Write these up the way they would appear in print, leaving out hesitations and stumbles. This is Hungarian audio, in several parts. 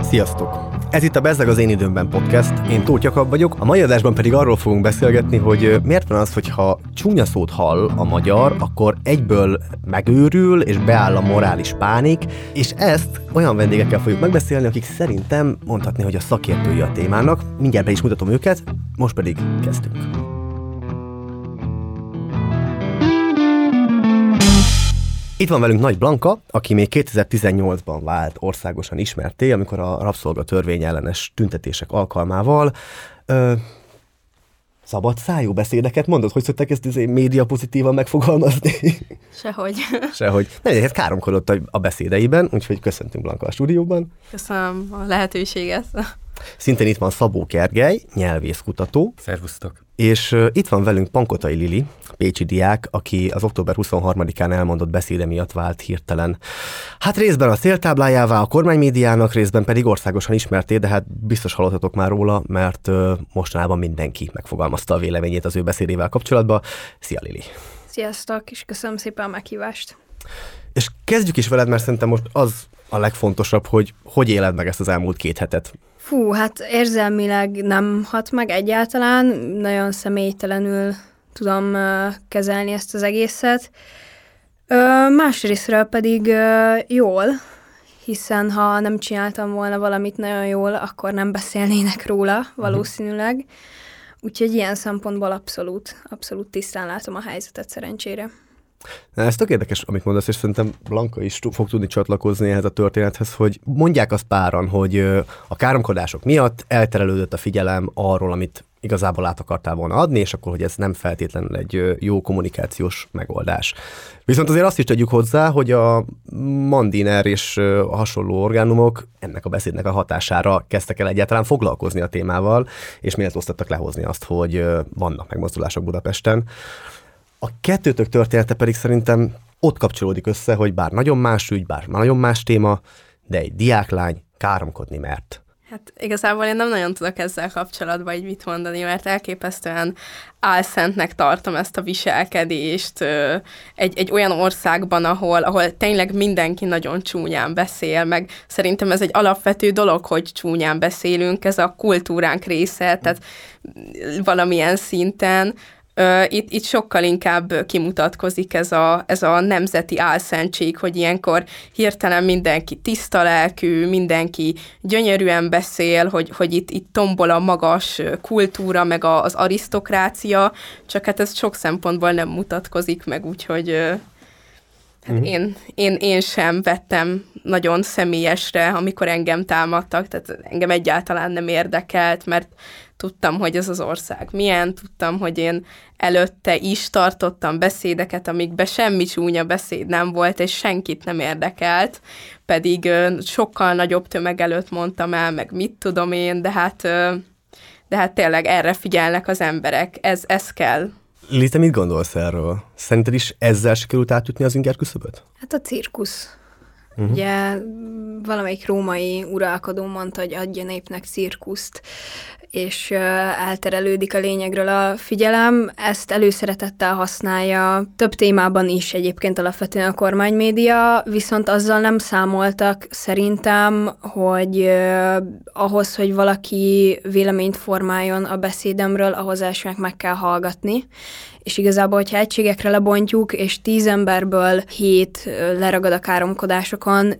Sziasztok! Ez itt a Bezzeg az én időmben podcast, én Tóth Jakab vagyok, a mai adásban pedig arról fogunk beszélgetni, hogy miért van az, hogyha csúnya szót hall a magyar, akkor egyből megőrül és beáll a morális pánik, és ezt olyan vendégekkel fogjuk megbeszélni, akik szerintem mondhatni, hogy a szakértői a témának. Mindjárt be is mutatom őket, most pedig kezdünk. Itt van velünk Nagy Blanka, aki még 2018-ban vált országosan ismertté, amikor a rabszolgatörvény ellenes tüntetések alkalmával szabad szájú beszédeket mondod, hogy szokták ezt média pozitívan megfogalmazni? Sehogy. Nem, káromkodott a beszédeiben, úgyhogy köszöntünk Blanka a stúdióban. Köszönöm a lehetőséget. Szintén itt van Szabó Gergely, nyelvészkutató. Szervusztok. És itt van velünk Pankotai Lili, pécsi diák, aki az október 23-án elmondott beszéde miatt vált hirtelen. Hát részben a céltáblájává a kormánymédiának, részben pedig országosan ismerté, de hát biztos hallottatok már róla, mert mostanában mindenki megfogalmazta a véleményét az ő beszédével kapcsolatban. Szia Lili! Sziasztok, és köszönöm szépen a meghívást. És kezdjük is veled, mert szerintem most az a legfontosabb, hogy éled meg ezt az elmúlt 2 hetet. Hát érzelmileg nem hat meg egyáltalán, nagyon személytelenül tudom kezelni ezt az egészet. Másrésztről pedig jól, hiszen ha nem csináltam volna valamit nagyon jól, akkor nem beszélnének róla valószínűleg. Úgyhogy ilyen szempontból abszolút tisztán látom a helyzetet szerencsére. Ez tök érdekes, amit mondasz, és szerintem Blanka is fog tudni csatlakozni ehhez a történethez, hogy mondják azt páran, hogy a káromkodások miatt elterelődött a figyelem arról, amit igazából át akartál volna adni, és akkor, hogy ez nem feltétlenül egy jó kommunikációs megoldás. Viszont azért azt is tegyük hozzá, hogy a Mandiner és a hasonló orgánumok ennek a beszédnek a hatására kezdtek el egyáltalán foglalkozni a témával, és méltóztattak lehozni azt, hogy vannak megmozdulások Budapesten. A kettőtök története pedig szerintem ott kapcsolódik össze, hogy bár nagyon más ügy, bár nagyon más téma, de egy diáklány káromkodni mert. Hát igazából én nem nagyon tudok ezzel kapcsolatban így mit mondani, mert elképesztően álszentnek tartom ezt a viselkedést egy olyan országban, ahol tényleg mindenki nagyon csúnyán beszél, meg szerintem ez egy alapvető dolog, hogy csúnyán beszélünk, ez a kultúránk része, tehát valamilyen szinten. Itt sokkal inkább kimutatkozik ez a nemzeti álszentség, hogy ilyenkor hirtelen mindenki tiszta lelkű, mindenki gyönyörűen beszél, hogy itt tombol a magas kultúra, meg az arisztokrácia, csak hát ez sok szempontból nem mutatkozik meg, úgyhogy hát én sem vettem nagyon személyesre, amikor engem támadtak, tehát engem egyáltalán nem érdekelt, mert tudtam, hogy ez az ország milyen, tudtam, hogy én előtte is tartottam beszédeket, amikben semmi csúnya beszéd nem volt, és senkit nem érdekelt, pedig sokkal nagyobb tömeg előtt mondtam el, meg mit tudom én, de hát tényleg erre figyelnek az emberek, ez kell. Liz, te mit gondolsz erről? Szerinted is ezzel sikerült átütni az inger küszöböt? Hát a cirkusz. Ugye valamelyik római uralkodó mondta, hogy adja népnek cirkuszt, és elterelődik a lényegről a figyelem. Ezt előszeretettel használja több témában is egyébként alapvetően a kormánymédia, viszont azzal nem számoltak szerintem, hogy ahhoz, hogy valaki véleményt formáljon a beszédemről, ahhoz elsőnek meg kell hallgatni. És igazából, hogyha egységekre lebontjuk, és 10 emberből 7 leragad a káromkodásokon,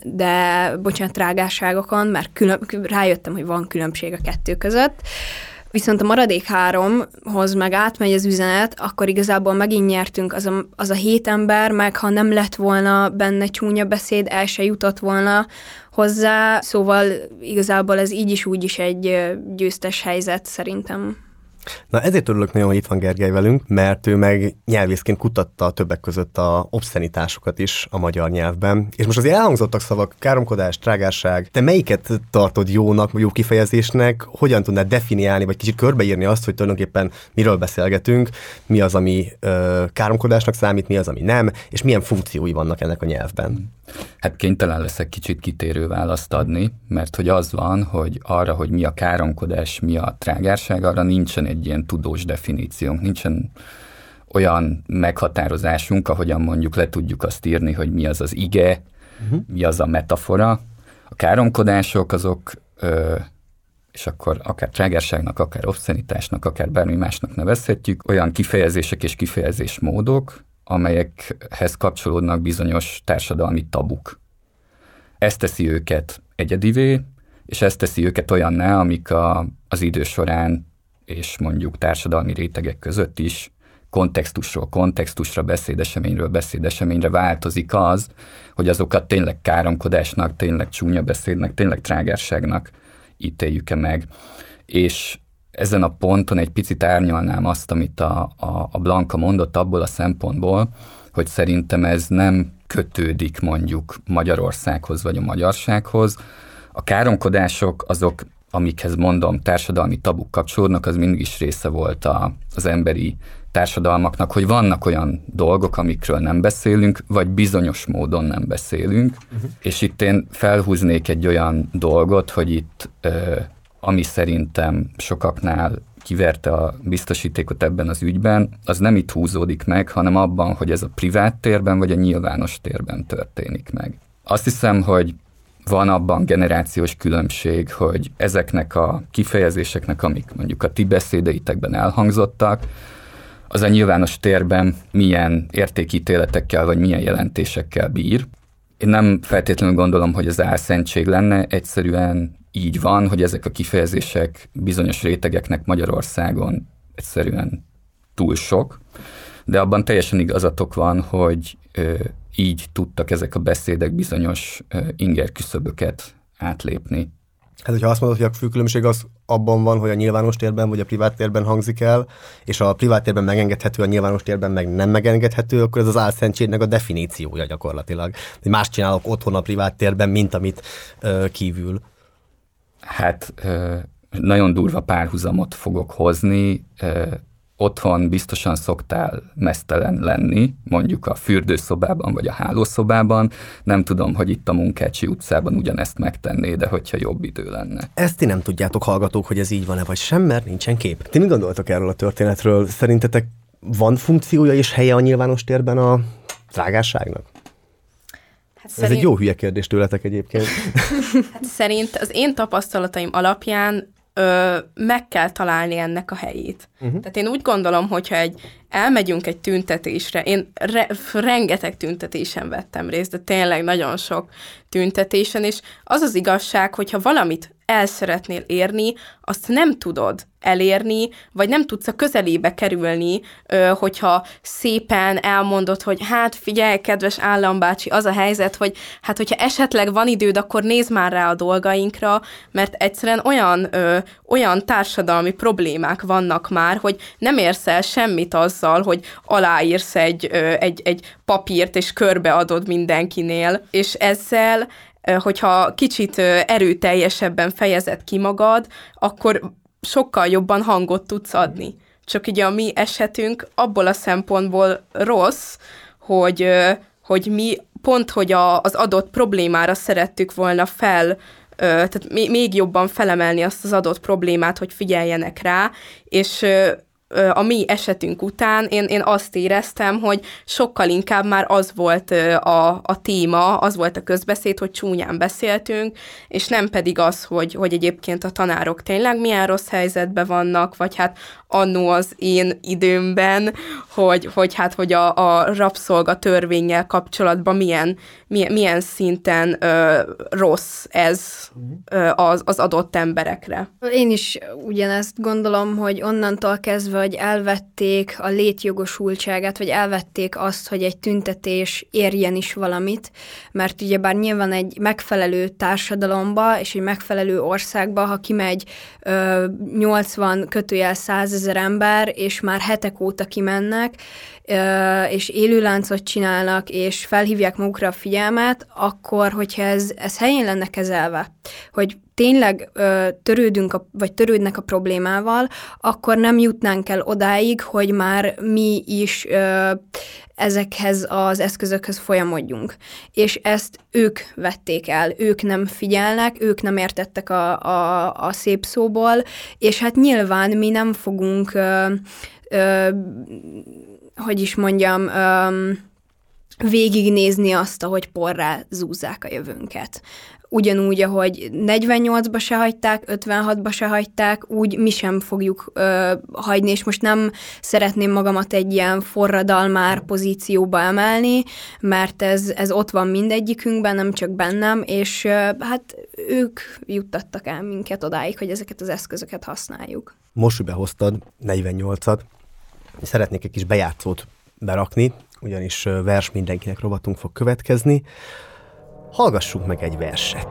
trágárságokon, mert rájöttem, hogy van különbség a 2 között, viszont a maradék 3-hoz meg átmegy az üzenet, akkor igazából megint nyertünk, az a 7 ember, meg ha nem lett volna benne csúnya beszéd, el se jutott volna hozzá, szóval igazából ez így is úgy is egy győztes helyzet szerintem. Na ezért örülök nagyon, hogy itt van Gergely velünk, mert ő meg nyelvészként kutatta többek között a obszcenitásokat is a magyar nyelvben. És most azért elhangzottak szavak, káromkodás, trágárság. Te melyiket tartod jónak, vagy jó kifejezésnek? Hogyan tudnád definiálni, vagy kicsit körbeírni azt, hogy tulajdonképpen miről beszélgetünk, mi az, ami káromkodásnak számít, mi az, ami nem, és milyen funkciói vannak ennek a nyelvben? Hát kénytelen leszek kicsit kitérő választ adni, mert hogy az van, hogy arra, hogy mi a káromkodás, mi a trágárság, arra nincsen egy ilyen tudós definíciónk, nincsen olyan meghatározásunk, ahogyan mondjuk le tudjuk azt írni, hogy mi az az ige, mi az a metafora. A káromkodások azok és akkor akár trágárságnak, akár obszenitásnak, akár bármi másnak nevezhetjük, olyan kifejezések és kifejezésmódok, amelyekhez kapcsolódnak bizonyos társadalmi tabuk. Ez teszi őket egyedivé, és ez teszi őket olyanná, amik az idő során, és mondjuk társadalmi rétegek között is kontextusról kontextusra, beszédeseményre változik az, hogy azokat tényleg káromkodásnak, tényleg csúnya beszédnek, tényleg trágárságnak ítéljük-e meg. És ezen a ponton egy picit árnyalnám azt, amit a Blanka mondott abból a szempontból, hogy szerintem ez nem kötődik mondjuk Magyarországhoz vagy a magyarsághoz. A káromkodások azok, amikhez mondom, társadalmi tabuk kapcsolódnak, az mindig is része volt az emberi társadalmaknak, hogy vannak olyan dolgok, amikről nem beszélünk, vagy bizonyos módon nem beszélünk, és itt én felhúznék egy olyan dolgot, hogy itt, ami szerintem sokaknál kiverte a biztosítékot ebben az ügyben, az nem itt húzódik meg, hanem abban, hogy ez a privát térben, vagy a nyilvános térben történik meg. Azt hiszem, hogy van abban generációs különbség, hogy ezeknek a kifejezéseknek, amik mondjuk a ti beszédeitekben elhangzottak, az a nyilvános térben milyen értékítéletekkel vagy milyen jelentésekkel bír. Én nem feltétlenül gondolom, hogy az álszentség lenne, egyszerűen így van, hogy ezek a kifejezések bizonyos rétegeknek Magyarországon egyszerűen túl sok, de abban teljesen igazatok van, hogy így tudtak ezek a beszédek bizonyos ingerküszöböket átlépni. Hát, hogyha azt mondod, hogy a fő különbség az abban van, hogy a nyilvános térben vagy a privát térben hangzik el, és a privát térben megengedhető, a nyilvános térben meg nem megengedhető, akkor ez az álszentségnek a definíciója gyakorlatilag. Más csinálok otthon a privát térben, mint amit kívül. Hát nagyon durva párhuzamot fogok hozni. Otthon biztosan szoktál meztelen lenni, mondjuk a fürdőszobában vagy a hálószobában. Nem tudom, hogy itt a Munkácsi utcában ugyanezt megtenné, de hogyha jobb idő lenne. Ezt ti nem tudjátok, hallgatók, hogy ez így van-e vagy sem, mert nincsen kép. Ti mit gondoltok erről a történetről? Szerintetek van funkciója és helye a nyilvános térben a trágárságnak? Ez egy jó hülye kérdés tőletek egyébként. Hát szerint az én tapasztalataim alapján meg kell találni ennek a helyét. Tehát én úgy gondolom, hogyha elmegyünk egy tüntetésre, én rengeteg tüntetésen vettem részt, de tényleg nagyon sok tüntetésen, és az az igazság, hogyha valamit el szeretnél érni, azt nem tudod elérni, vagy nem tudsz a közelébe kerülni, hogyha szépen elmondod, hogy hát figyelj, kedves állambácsi, az a helyzet, hogy hát hogyha esetleg van időd, akkor nézd már rá a dolgainkra, mert egyszerűen olyan társadalmi problémák vannak már, hogy nem érsz el semmit azzal, hogy aláírsz egy papírt, és körbeadod mindenkinél, és ezzel hogyha kicsit erőteljesebben fejezed ki magad, akkor sokkal jobban hangot tudsz adni. Csak ugye a mi esetünk abból a szempontból rossz, hogy mi pont, hogy az adott problémára szerettük volna tehát még jobban felemelni azt az adott problémát, hogy figyeljenek rá, és a mi esetünk után én azt éreztem, hogy sokkal inkább már az volt a téma, az volt a közbeszéd, hogy csúnyán beszéltünk, és nem pedig az, hogy egyébként a tanárok tényleg milyen rossz helyzetben vannak, vagy hát annó az én időmben, hogy a rabszolga törvénnyel kapcsolatban milyen szinten rossz ez az adott emberekre. Én is ugyanezt gondolom, hogy onnantól kezdve, hogy elvették a létjogosultságát, vagy elvették azt, hogy egy tüntetés érjen is valamit, mert ugyebár nyilván egy megfelelő társadalomba és egy megfelelő országba, ha kimegy 80-100 000 ember, és már hetek óta kimennek, és élőláncot csinálnak, és felhívják magukra a figyelmet, akkor, hogyha ez helyén lenne kezelve, hogy tényleg törődnek a problémával, akkor nem jutnánk el odáig, hogy már mi is ezekhez az eszközökhöz folyamodjunk. És ezt ők vették el, ők nem figyelnek, ők nem értettek a szép szóból, és hát nyilván mi nem fogunk, hogy is mondjam, végignézni azt, ahogy porrá zúzzák a jövőnket. Ugyanúgy, ahogy 48-ba se hagyták, 56-ba se hagyták, úgy mi sem fogjuk hagyni, és most nem szeretném magamat egy ilyen forradalmár pozícióba emelni, mert ez ott van mindegyikünkben, nem csak bennem, és hát ők juttattak el minket odáig, hogy ezeket az eszközöket használjuk. Most, hogy behoztad 48-at, szeretnék egy kis bejátszót berakni, ugyanis vers mindenkinek rovatunk fog következni. Hallgassunk meg egy verset.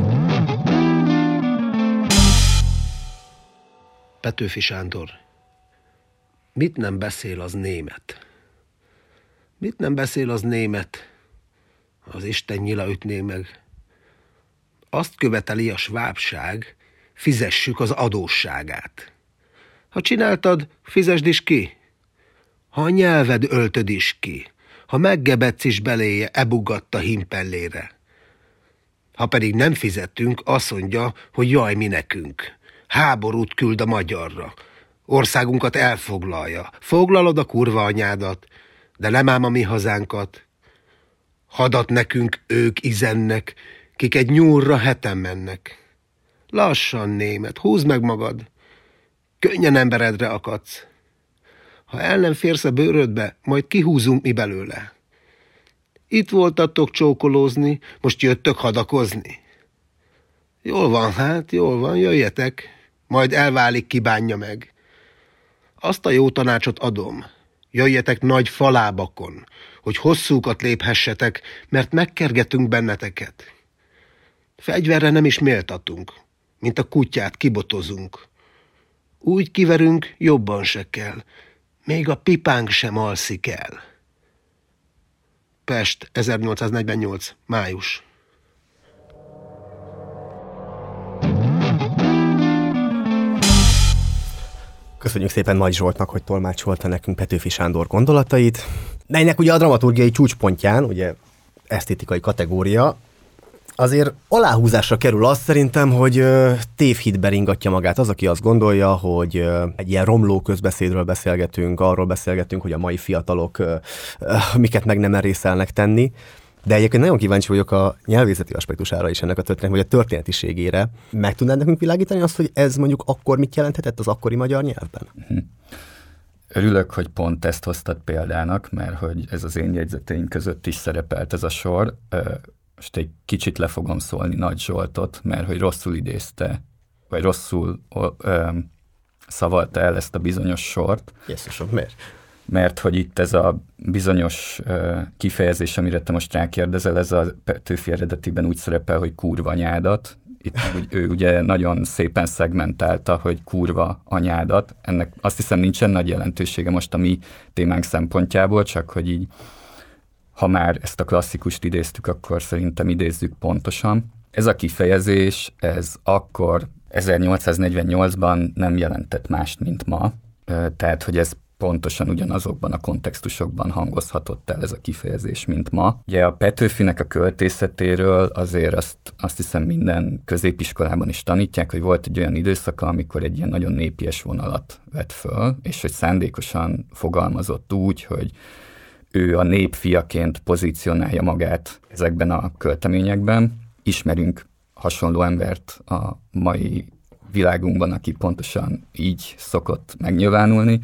Petőfi Sándor. Mit nem beszél, az német? Mit nem beszél, az német? Az Isten nyila ütné meg. Azt követeli a svábság, fizessük az adósságát. Ha csináltad, fizesd is ki. Ha a nyelved öltöd is ki. Ha meggebedsz is beléje, ebugatta himpellére. Ha pedig nem fizettünk, azt mondja, hogy jaj, mi nekünk. Háborút küld a magyarra. Országunkat elfoglalja. Foglalod a kurva anyádat, de nem ám a mi hazánkat. Hadat nekünk ők izennek, kik egy nyúlra heten mennek. Lassan, német, húzd meg magad. Könnyen emberedre akadsz. Ha el nem férsz a bőrödbe, majd kihúzunk mi belőle. Itt voltatok csókolózni, most jöttök hadakozni. Jól van, hát, jól van, jöjjetek, majd elválik, ki bánja meg. Azt a jó tanácsot adom, jöjjetek nagy falábakon, hogy hosszúkat léphessetek, mert megkergetünk benneteket. Fegyverre nem is méltatunk, mint a kutyát kibotozunk. Úgy kiverünk, jobban se kell, még a pipánk sem alszik el. Pest, 1848. május. Köszönjük szépen Nagy Zsoltnak, hogy tolmácsolta nekünk Petőfi Sándor gondolatait, melynek ugye a dramaturgiai csúcspontján, ugye esztétikai kategória, azért aláhúzásra kerül az szerintem, hogy tévhitbe ringatja magát az, aki azt gondolja, hogy egy ilyen romló közbeszédről beszélgetünk, arról beszélgetünk, hogy a mai fiatalok miket meg nem merészelnek tenni. De egyébként nagyon kíváncsi vagyok a nyelvészeti aspektusára is ennek a történetnek, vagy a történetiségére. Meg tudnád nekünk világítani azt, hogy ez mondjuk akkor mit jelenthetett az akkori magyar nyelvben? Örülök, hogy pont ezt hoztad példának, mert hogy ez az én jegyzeteim között is szerepelt ez a sor. Most egy kicsit le fogom szólni Nagy Zsoltot, mert hogy rosszul idézte, vagy rosszul szavalta el ezt a bizonyos sort. Jesszusom, miért? Mert hogy itt ez a bizonyos kifejezés, amire te most rákérdezel, ez a Petőfi eredetiben úgy szerepel, hogy kurva anyádat. Itt ő ugye nagyon szépen szegmentálta, hogy kurva anyádat. Ennek azt hiszem nincsen nagy jelentősége most a mi témánk szempontjából, csak hogy így, ha már ezt a klasszikust idéztük, akkor szerintem idézzük pontosan. Ez a kifejezés, ez akkor 1848-ban nem jelentett mást, mint ma. Tehát, hogy ez pontosan ugyanazokban a kontextusokban hangozhatott el ez a kifejezés, mint ma. Ugye a Petőfinek a költészetéről azért azt hiszem minden középiskolában is tanítják, hogy volt egy olyan időszaka, amikor egy ilyen nagyon népies vonalat vett föl, és hogy szándékosan fogalmazott úgy, hogy ő a nép fiaként pozícionálja magát ezekben a költeményekben. Ismerünk hasonló embert a mai világunkban, aki pontosan így szokott megnyilvánulni.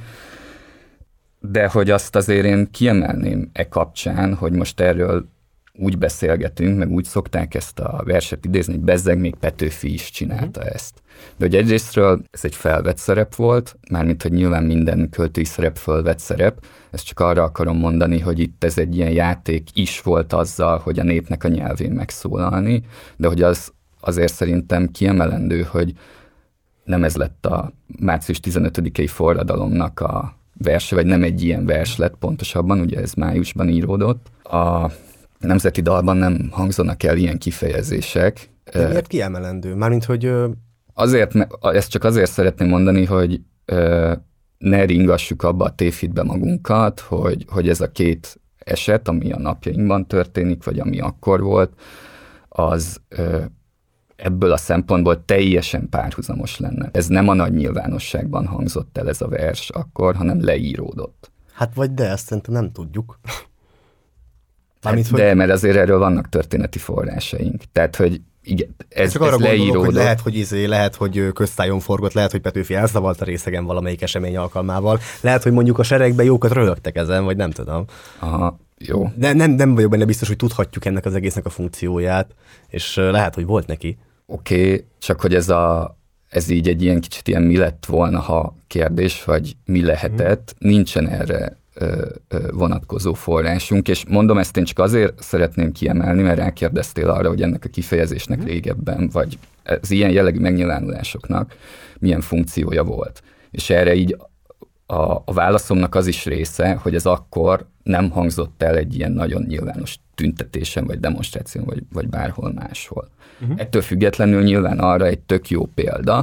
De hogy azt azért én kiemelném kapcsán, hogy most erről úgy beszélgetünk, meg úgy szokták ezt a verset idézni, hogy bezzeg még Petőfi is csinálta ezt. De hogy egyrésztről ez egy felvett szerep volt, mármint, hogy nyilván minden költői szerep felvett szerep, ezt csak arra akarom mondani, hogy itt ez egy ilyen játék is volt azzal, hogy a népnek a nyelvén megszólalni, de hogy az azért szerintem kiemelendő, hogy nem ez lett a március 15-i forradalomnak a verse, vagy nem egy ilyen vers lett pontosabban, ugye ez májusban íródott. A nemzeti dalban nem hangzanak el ilyen kifejezések. De miért kiemelendő? Mármint, hogy... Azért, ezt csak azért szeretném mondani, hogy ne ringassuk abba a tévhitbe magunkat, hogy ez a két eset, ami a napjainkban történik, vagy ami akkor volt, az ebből a szempontból teljesen párhuzamos lenne. Ez nem a nagy nyilvánosságban hangzott el ez a vers akkor, hanem leíródott. Hát vagy de, ezt szerintem nem tudjuk. De mert azért erről vannak történeti forrásaink. Tehát, hogy igen, ez csak arra gondolok, leíródott. hogy lehet, hogy köztájon forgott, lehet, hogy Petőfi elszavalt a részegen valamelyik esemény alkalmával, lehet, hogy mondjuk a seregben jókat röhögtek ezen, vagy nem tudom. Aha, jó. Nem vagyok benne biztos, hogy tudhatjuk ennek az egésznek a funkcióját, és lehet, hogy volt neki. Oké, csak hogy ez így egy ilyen kicsit ilyen mi lett volna, ha kérdés, vagy mi lehetett, nincsen erre vonatkozó forrásunk, és mondom, ezt én csak azért szeretném kiemelni, mert rákérdeztél arra, hogy ennek a kifejezésnek régebben, vagy az ilyen jellegű megnyilvánulásoknak milyen funkciója volt. És erre így a válaszomnak az is része, hogy ez akkor nem hangzott el egy ilyen nagyon nyilvános tüntetésen, vagy demonstráción, vagy bárhol máshol. Ettől függetlenül nyilván arra egy tök jó példa,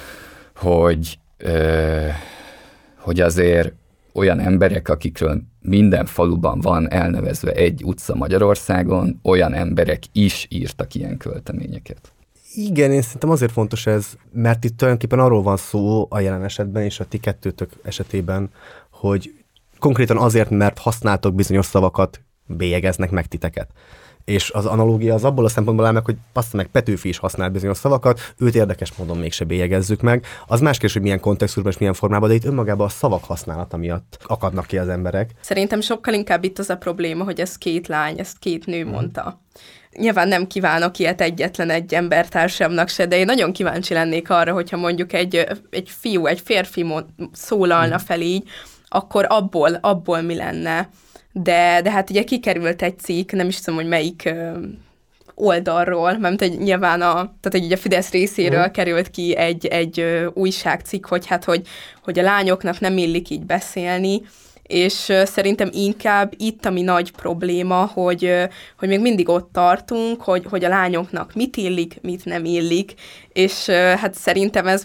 hogy azért olyan emberek, akikről minden faluban van elnevezve egy utca Magyarországon, olyan emberek is írtak ilyen költeményeket. Igen, én szerintem azért fontos ez, mert itt tulajdonképpen arról van szó a jelen esetben és a ti kettőtök esetében, hogy konkrétan azért, mert használtok bizonyos szavakat, bélyegeznek meg titeket. És az analógia az abból a szempontból áll meg, hogy passza meg, Petőfi is használ bizonyos szavakat, őt érdekes módon mégse bélyegezzük meg. Az más kérdés, hogy milyen kontextusban és milyen formában, de itt önmagában a szavak használata miatt akadnak ki az emberek. Szerintem sokkal inkább itt az a probléma, hogy ez két lány, ezt két nő mondta. Nyilván nem kívánok ilyet egyetlen egy embertársamnak se, de én nagyon kíváncsi lennék arra, hogyha mondjuk egy fiú, egy férfi szólalna fel így, akkor abból mi lenne. De hát ugye kikerült egy cikk, nem is tudom, hogy melyik oldalról, mert egy nyilván tehát egy a Fidesz részéről került ki egy újságcikk, hogy a lányoknak nem illik így beszélni, és szerintem inkább itt a mi nagy probléma, hogy még mindig ott tartunk, hogy a lányoknak mit illik, mit nem illik, és hát szerintem ez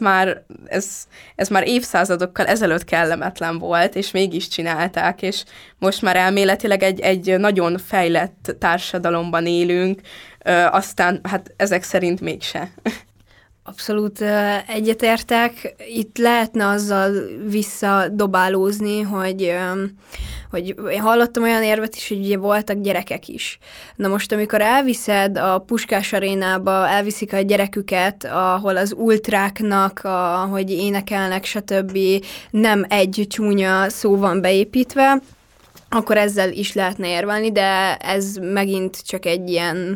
már évszázadokkal ezelőtt kellemetlen volt, és mégis csinálták, és most már elméletileg egy nagyon fejlett társadalomban élünk, aztán hát ezek szerint mégse. Abszolút egyetértek. Itt lehetne azzal visszadobálózni, hogy én hallottam olyan érvet is, hogy ugye voltak gyerekek is. Na most, amikor elviszed a Puskás arénába, elviszik a gyereküket, ahol az ultráknak, hogy énekelnek, stb. Nem egy csúnya szó van beépítve, akkor ezzel is lehetne érvelni, de ez megint csak egy ilyen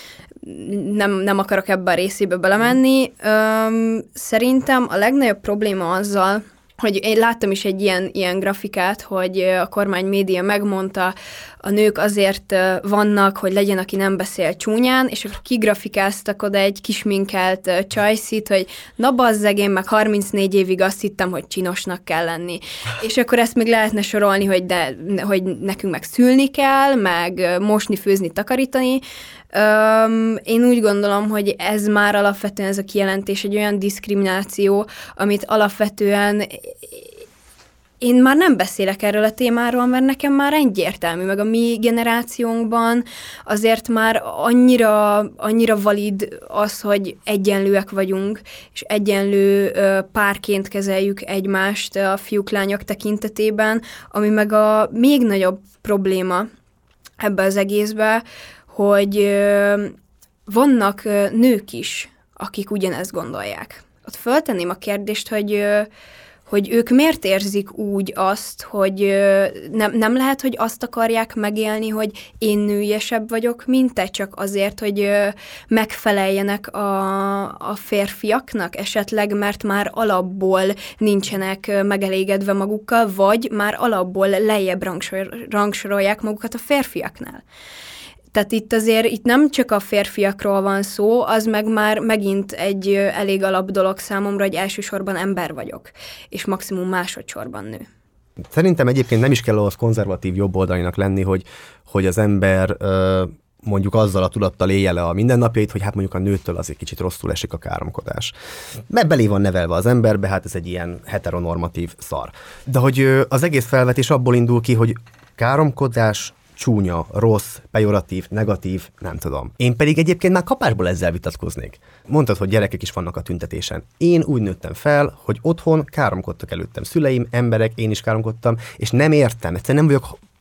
nem akarok ebbe a részébe belemenni. Szerintem a legnagyobb probléma azzal, hogy én láttam is egy ilyen grafikát, hogy a kormány média megmondta, a nők azért vannak, hogy legyen, aki nem beszél csúnyán, és akkor kigrafikáztak oda egy kisminkelt csajszit, hogy na bazzeg, én meg 34 évig azt hittem, hogy csinosnak kell lenni. És akkor ezt még lehetne sorolni, hogy nekünk meg szülni kell, meg mosni, főzni, takarítani. Én úgy gondolom, hogy ez már alapvetően ez a kijelentés egy olyan diszkrimináció, amit alapvetően én már nem beszélek erről a témáról, mert nekem már egyértelmű, meg a mi generációnkban azért már annyira valid az, hogy egyenlőek vagyunk, és egyenlő párként kezeljük egymást a fiúk-lányok tekintetében, ami meg a még nagyobb probléma ebbe az egészbe, hogy vannak nők is, akik ugyanezt gondolják. Ott föltenném a kérdést, hogy ők miért érzik úgy azt, hogy nem lehet, hogy azt akarják megélni, hogy én nőiesebb vagyok, mint te, csak azért, hogy megfeleljenek a férfiaknak esetleg, mert már alapból nincsenek megelégedve magukkal, vagy már alapból lejjebb rangsorolják magukat a férfiaknál. Tehát itt nem csak a férfiakról van szó, az meg már megint egy elég alap dolog számomra, hogy elsősorban ember vagyok, és maximum másodszorban nő. Szerintem egyébként nem is kell ahhoz konzervatív jobboldalinak lenni, hogy az ember mondjuk azzal a tudattal élje le a mindennapjait, hogy hát mondjuk a nőtől azért kicsit rosszul esik a káromkodás. Belé van nevelve az emberbe, hát ez egy ilyen heteronormatív szar. De hogy az egész felvetés abból indul ki, hogy káromkodás csúnya, rossz, pejoratív, negatív, nem tudom. Én pedig egyébként már kapásból ezzel vitatkoznék. Mondtad, hogy gyerekek is vannak a tüntetésen. Én úgy nőttem fel, hogy otthon káromkodtak előttem szüleim, emberek, én is káromkodtam, és nem értem, egyszerűen nem vagyok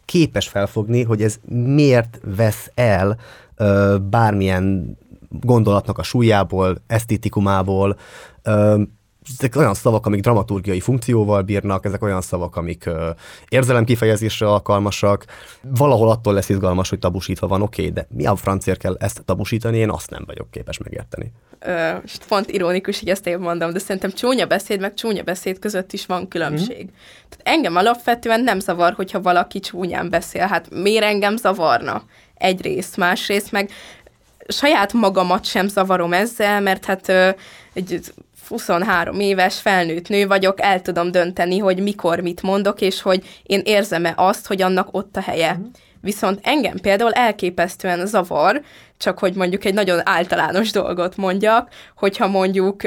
képes felfogni, hogy ez miért vesz el bármilyen gondolatnak a súlyából, esztétikumából. Ezek olyan szavak, amik dramaturgiai funkcióval bírnak, ezek olyan szavak, amik érzelemkifejezésre alkalmasak. Valahol attól lesz izgalmas, hogy tabusítva van, oké, de mi a francért kell ezt tabusítani, én azt nem vagyok képes megérteni. Pont ironikus, hogy ezt én mondom, de szerintem csúnya beszéd, meg csúnya beszéd között is van különbség. Tehát engem alapvetően nem zavar, hogyha valaki csúnyán beszél. Hát miért engem zavarna? Egyrészt, másrészt, meg saját magamat sem zavarom ezzel, mert hát egy 23 éves felnőtt nő vagyok, el tudom dönteni, hogy mikor mit mondok, és hogy én érzem-e azt, hogy annak ott a helye. Viszont engem például elképesztően zavar, csak hogy mondjuk egy nagyon általános dolgot mondjak, hogyha mondjuk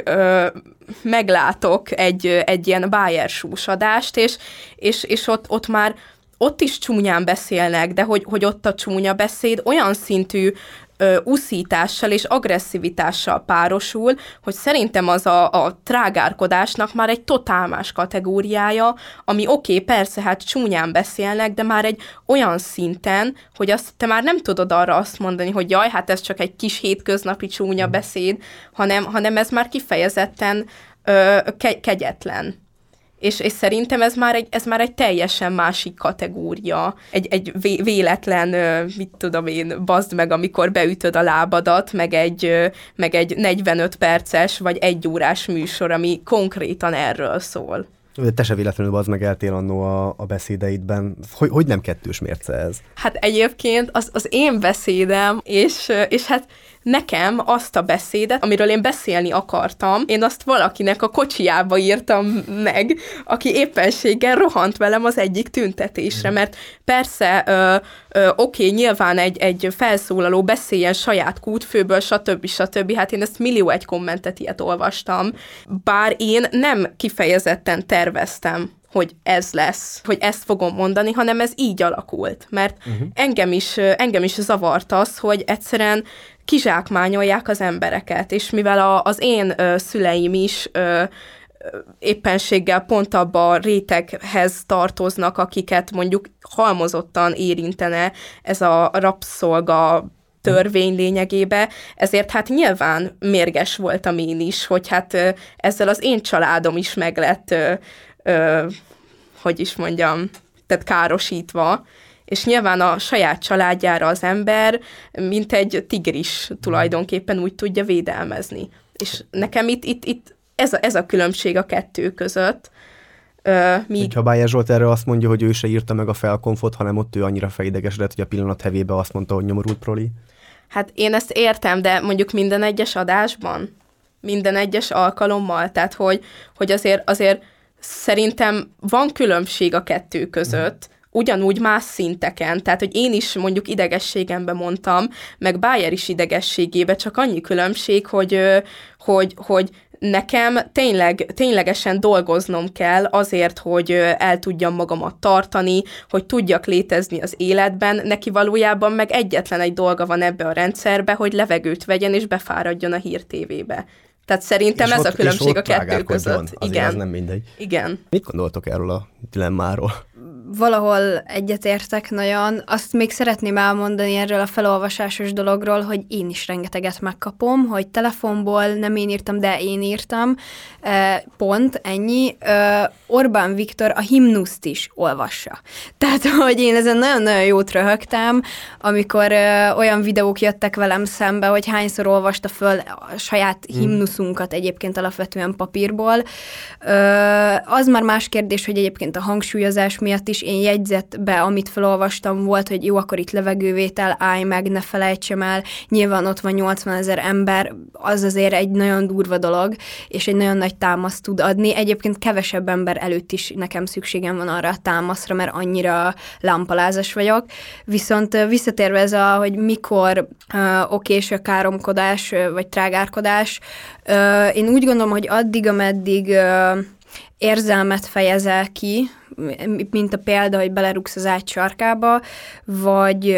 meglátok egy ilyen Bayer-sós adást, és ott már ott is csúnyán beszélnek, de hogy ott a csúnya beszéd olyan szintű uszítással és agresszivitással párosul, hogy szerintem az a trágárkodásnak már egy totál más kategóriája, ami oké, persze, hát csúnyán beszélnek, de már egy olyan szinten, hogy azt te már nem tudod arra azt mondani, hogy jaj, hát ez csak egy kis hétköznapi csúnya beszéd, hanem ez már kifejezetten kegyetlen. És szerintem ez már egy teljesen másik kategória. Egy véletlen, mit tudom én, bazd meg, amikor beütöd a lábadat, meg egy 45 perces vagy 1 órás műsor, ami konkrétan erről szól. De te se véletlenül bazd meg eltél annó a beszédeidben. Hogy nem kettős mérce ez? Hát egyébként az én beszédem, és hát nekem azt a beszédet, amiről én beszélni akartam, én azt valakinek a kocsijába írtam meg, aki éppenséggel rohant velem az egyik tüntetésre, mert persze, oké, nyilván egy felszólaló beszéljen saját kútfőből, stb. Hát én ezt millió egy kommentet ilyet olvastam, bár én nem kifejezetten terveztem, hogy ez lesz, hogy ezt fogom mondani, hanem ez így alakult, mert engem is zavart az, hogy egyszerűen kizsákmányolják az embereket, és mivel az én szüleim is éppenséggel pont abba a réteghez tartoznak, akiket mondjuk halmozottan érintene ez a rabszolga törvény lényegébe, ezért hát nyilván mérges voltam én is, hogy hát ezzel az én családom is meg lett, hogy is mondjam, tehát károsítva, és nyilván a saját családjára az ember, mint egy tigris tulajdonképpen úgy tudja védelmezni. És nekem itt ez a különbség a kettő között. Ha Bayer Zsolt erről azt mondja, hogy ő se írta meg a felkonfot, hanem ott ő annyira felidegesedett, hogy a pillanat hevébe azt mondta, hogy nyomorult proli. Hát én ezt értem, de mondjuk minden egyes adásban, minden egyes alkalommal, tehát hogy azért szerintem van különbség a kettő között, ugyanúgy más szinteken, tehát hogy én is mondjuk idegességemben mondtam, meg Bayer is idegességébe, csak annyi különbség, hogy nekem ténylegesen dolgoznom kell azért, hogy el tudjam magamat tartani, hogy tudjak létezni az életben, neki valójában meg egyetlen egy dolga van ebbe a rendszerbe, hogy levegőt vegyen és befáradjon a Hír TV-be. Tehát szerintem ez a különbség a kettő között. Igen. Az nem mindegy. Igen. Mit gondoltok erről a dilemmáról? Valahol egyetértek nagyon. Azt még szeretném elmondani erről a felolvasásos dologról, hogy én is rengeteget megkapom, hogy telefonból nem én írtam, de én írtam. Pont, ennyi. Orbán Viktor a himnuszt is olvassa. Tehát, hogy én ezen nagyon-nagyon jót röhögtem, amikor olyan videók jöttek velem szembe, hogy hányszor olvasta föl a saját himnuszunkat egyébként alapvetően papírból. Az már más kérdés, hogy egyébként a hangsúlyozás miatt is én jegyzetbe, amit felolvastam, volt, hogy jó, akkor itt levegővétel, állj meg, ne felejtsem el. Nyilván ott van 80 000 ember, az azért egy nagyon durva dolog, és egy nagyon nagy támaszt tud adni. Egyébként kevesebb ember előtt is nekem szükségem van arra a támaszra, mert annyira lámpalázas vagyok. Viszont visszatérve ez hogy mikor okés a káromkodás, vagy trágárkodás, én úgy gondolom, hogy addig, ameddig érzelmet fejezel ki, mint a példa, hogy belerúgsz az ágy sarkába, vagy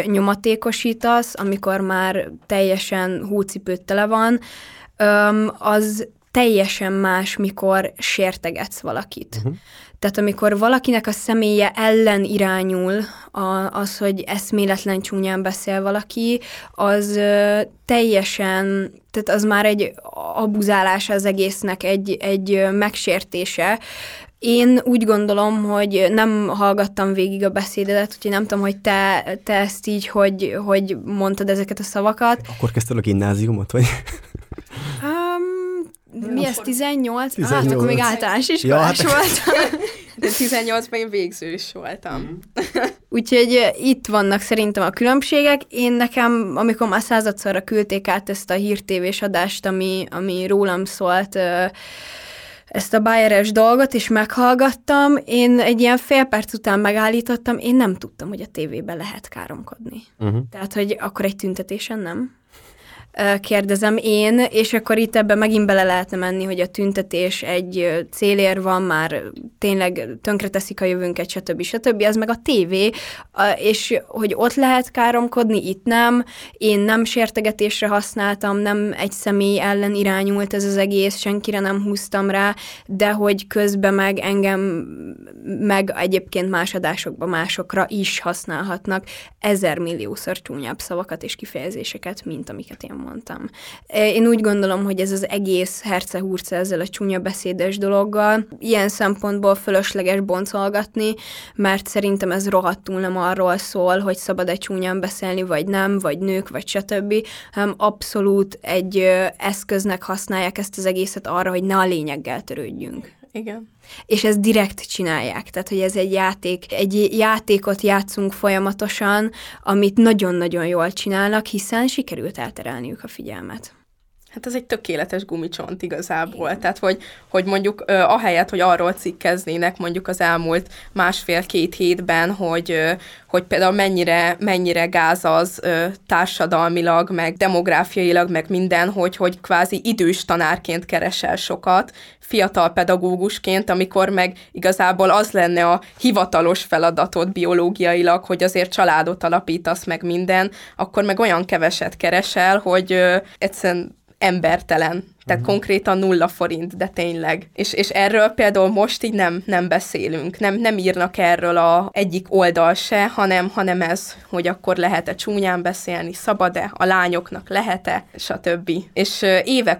nyomatékosítasz, amikor már teljesen hócipőt tele van, az teljesen más, mikor sértegetsz valakit. Tehát amikor valakinek a személye ellen irányul az, hogy eszméletlen csúnyán beszél valaki, az teljesen, tehát az már egy abuzálás az egésznek, egy megsértése. Én úgy gondolom, hogy nem hallgattam végig a beszédedet, úgyhogy nem tudom, hogy te ezt így, hogy mondtad ezeket a szavakat. Akkor kezdted a gimnáziumot, vagy? Mi ez, 18? Hát akkor még általános iskolás voltam. De 18-ban én végző is voltam. Úgyhogy itt vannak szerintem a különbségek. Én nekem, amikor már századszorra küldték át ezt a hírtévés adást, ami rólam szólt, ezt a Bayer-es dolgot, és meghallgattam, én egy ilyen fél perc után megállítottam, én nem tudtam, hogy a tévében lehet káromkodni. Tehát, hogy akkor egy tüntetésen nem? Kérdezem én, és akkor itt ebben megint bele lehetne menni, hogy a tüntetés egy célér van, már tényleg tönkreteszik a jövőnket, stb. Az meg a tévé, és hogy ott lehet káromkodni, itt nem. Én nem sértegetésre használtam, nem egy személy ellen irányult ez az egész, senkire nem húztam rá, de hogy közben meg engem, meg egyébként más adásokban másokra is használhatnak 1000 milliószor csúnyább szavakat és kifejezéseket, mint amiket én mondtam. Én úgy gondolom, hogy ez az egész herce-hurce ezzel a csúnya beszédes dologgal ilyen szempontból fölösleges boncolgatni, mert szerintem ez rohadtul nem arról szól, hogy szabad-e csúnyán beszélni, vagy nem, vagy nők, vagy stb., hanem abszolút egy eszköznek használják ezt az egészet arra, hogy ne a lényeggel törődjünk. Igen. És ezt direkt csinálják, tehát hogy ez egy játék, egy játékot játszunk folyamatosan, amit nagyon-nagyon jól csinálnak, hiszen sikerült elterelniük a figyelmet. Hát ez egy tökéletes gumicsont igazából. Igen. Tehát, hogy mondjuk ahelyett, hogy arról cikkeznének mondjuk az elmúlt 1,5-2 hétben, hogy például mennyire gáz az társadalmilag, meg demográfiailag, meg minden, hogy kvázi idős tanárként keresel sokat, fiatal pedagógusként, amikor meg igazából az lenne a hivatalos feladatod biológiailag, hogy azért családot alapítasz meg minden, akkor meg olyan keveset keresel, hogy egyszerűen embertelen. Tehát konkrétan 0 forint, de tényleg. És erről például most így nem beszélünk. Nem írnak erről a egyik oldal se, hanem ez, hogy akkor lehet-e csúnyán beszélni, szabad-e, a lányoknak lehet-e, stb. És évek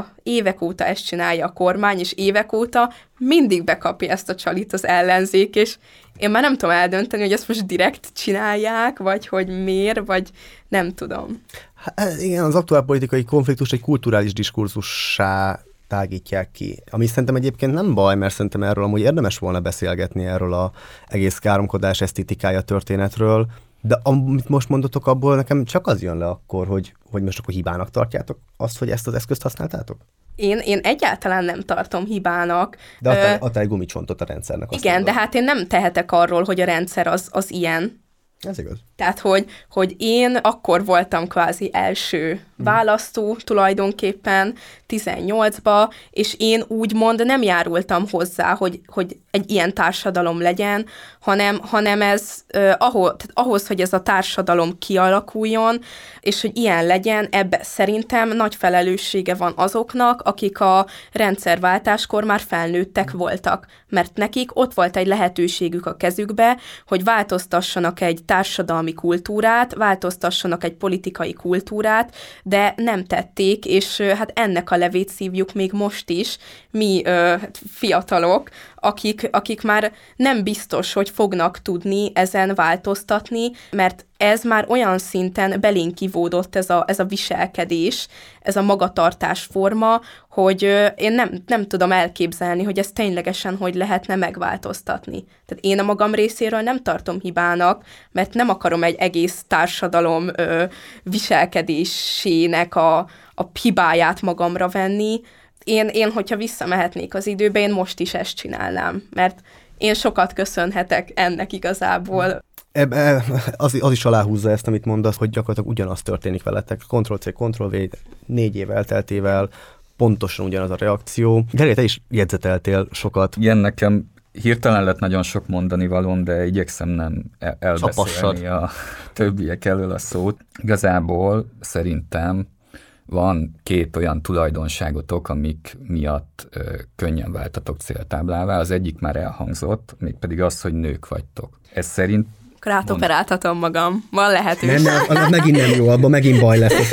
óta ezt csinálja a kormány, és évek óta mindig bekapja ezt a csalit az ellenzék, és én már nem tudom eldönteni, hogy ezt most direkt csinálják, vagy hogy miért, vagy nem tudom. Hát igen, az aktuál politikai konfliktus egy kulturális diskurzussá tágítják ki. Ami szerintem egyébként nem baj, mert szerintem erről amúgy érdemes volna beszélgetni, erről az egész káromkodás esztétikája történetről, de amit most mondotok, abból nekem csak az jön le akkor, hogy most akkor hibának tartjátok azt, hogy ezt az eszközt használtátok? Én egyáltalán nem tartom hibának. De adtál egy gumicsontot a rendszernek. Igen, mondom. De hát én nem tehetek arról, hogy a rendszer az ilyen. Ez igaz. Tehát, hogy én akkor voltam kvázi első választó tulajdonképpen 18-ba, és én úgymond nem járultam hozzá, hogy egy ilyen társadalom legyen, hanem ez ahhoz, hogy ez a társadalom kialakuljon, és hogy ilyen legyen, ebbe szerintem nagy felelőssége van azoknak, akik a rendszerváltáskor már felnőttek voltak, mert nekik ott volt egy lehetőségük a kezükbe, hogy változtassanak egy társadalmi kultúrát, változtassanak egy politikai kultúrát, de nem tették, és hát ennek a levét szívjuk még most is, mi fiatalok, akik már nem biztos, hogy fognak tudni ezen változtatni, mert ez már olyan szinten belénk kivódott ez a viselkedés, ez a magatartásforma, hogy én nem tudom elképzelni, hogy ez ténylegesen hogy lehetne megváltoztatni. Tehát én a magam részéről nem tartom hibának, mert nem akarom egy egész társadalom viselkedésének a hibáját magamra venni. Én, hogyha visszamehetnék az időbe, én most is ezt csinálnám, mert én sokat köszönhetek ennek igazából. Az is aláhúzza ezt, amit mondasz, hogy gyakorlatilag ugyanaz történik veletek. Ctrl-C, Ctrl-V, 4 év elteltével, pontosan ugyanaz a reakció. Gergely, te is jegyzeteltél sokat. Igen, nekem hirtelen lett nagyon sok mondani valóm, de igyekszem nem elbeszélni a többiek elől a szót. Igazából szerintem van 2 olyan tulajdonságotok, amik miatt könnyen váltatok céltáblává. Az egyik már elhangzott, mégpedig az, hogy nők vagytok. Ez szerint... Akkor átoperáltatom magam. Van lehetőség. Nem, megint nem jó, abban megint baj lesz.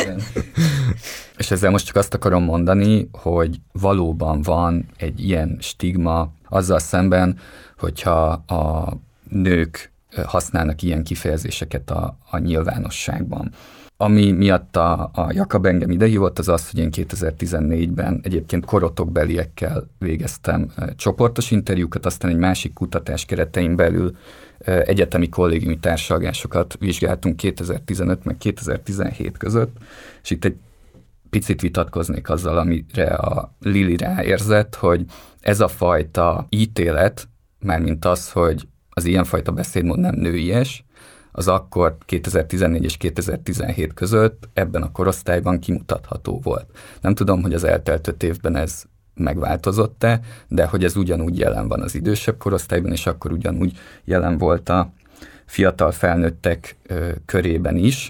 És ezzel most csak azt akarom mondani, hogy valóban van egy ilyen stigma azzal szemben, hogyha a nők használnak ilyen kifejezéseket a nyilvánosságban. Ami miatt a Jakab engem idehívott, az az, hogy én 2014-ben egyébként korotokbeliekkel végeztem csoportos interjúkat, aztán egy másik kutatás keretein belül egyetemi kollégiumi társalgásokat vizsgáltunk 2015 meg 2017 között, és itt egy picit vitatkoznék azzal, amire a Lili ráérzett, hogy ez a fajta ítélet, mármint az, hogy az ilyenfajta beszédmód nem nőies, az akkor 2014 és 2017 között ebben a korosztályban kimutatható volt. Nem tudom, hogy az eltelt 5 évben ez megváltozott-e, de hogy ez ugyanúgy jelen van az idősebb korosztályban, és akkor ugyanúgy jelen volt a fiatal felnőttek körében is.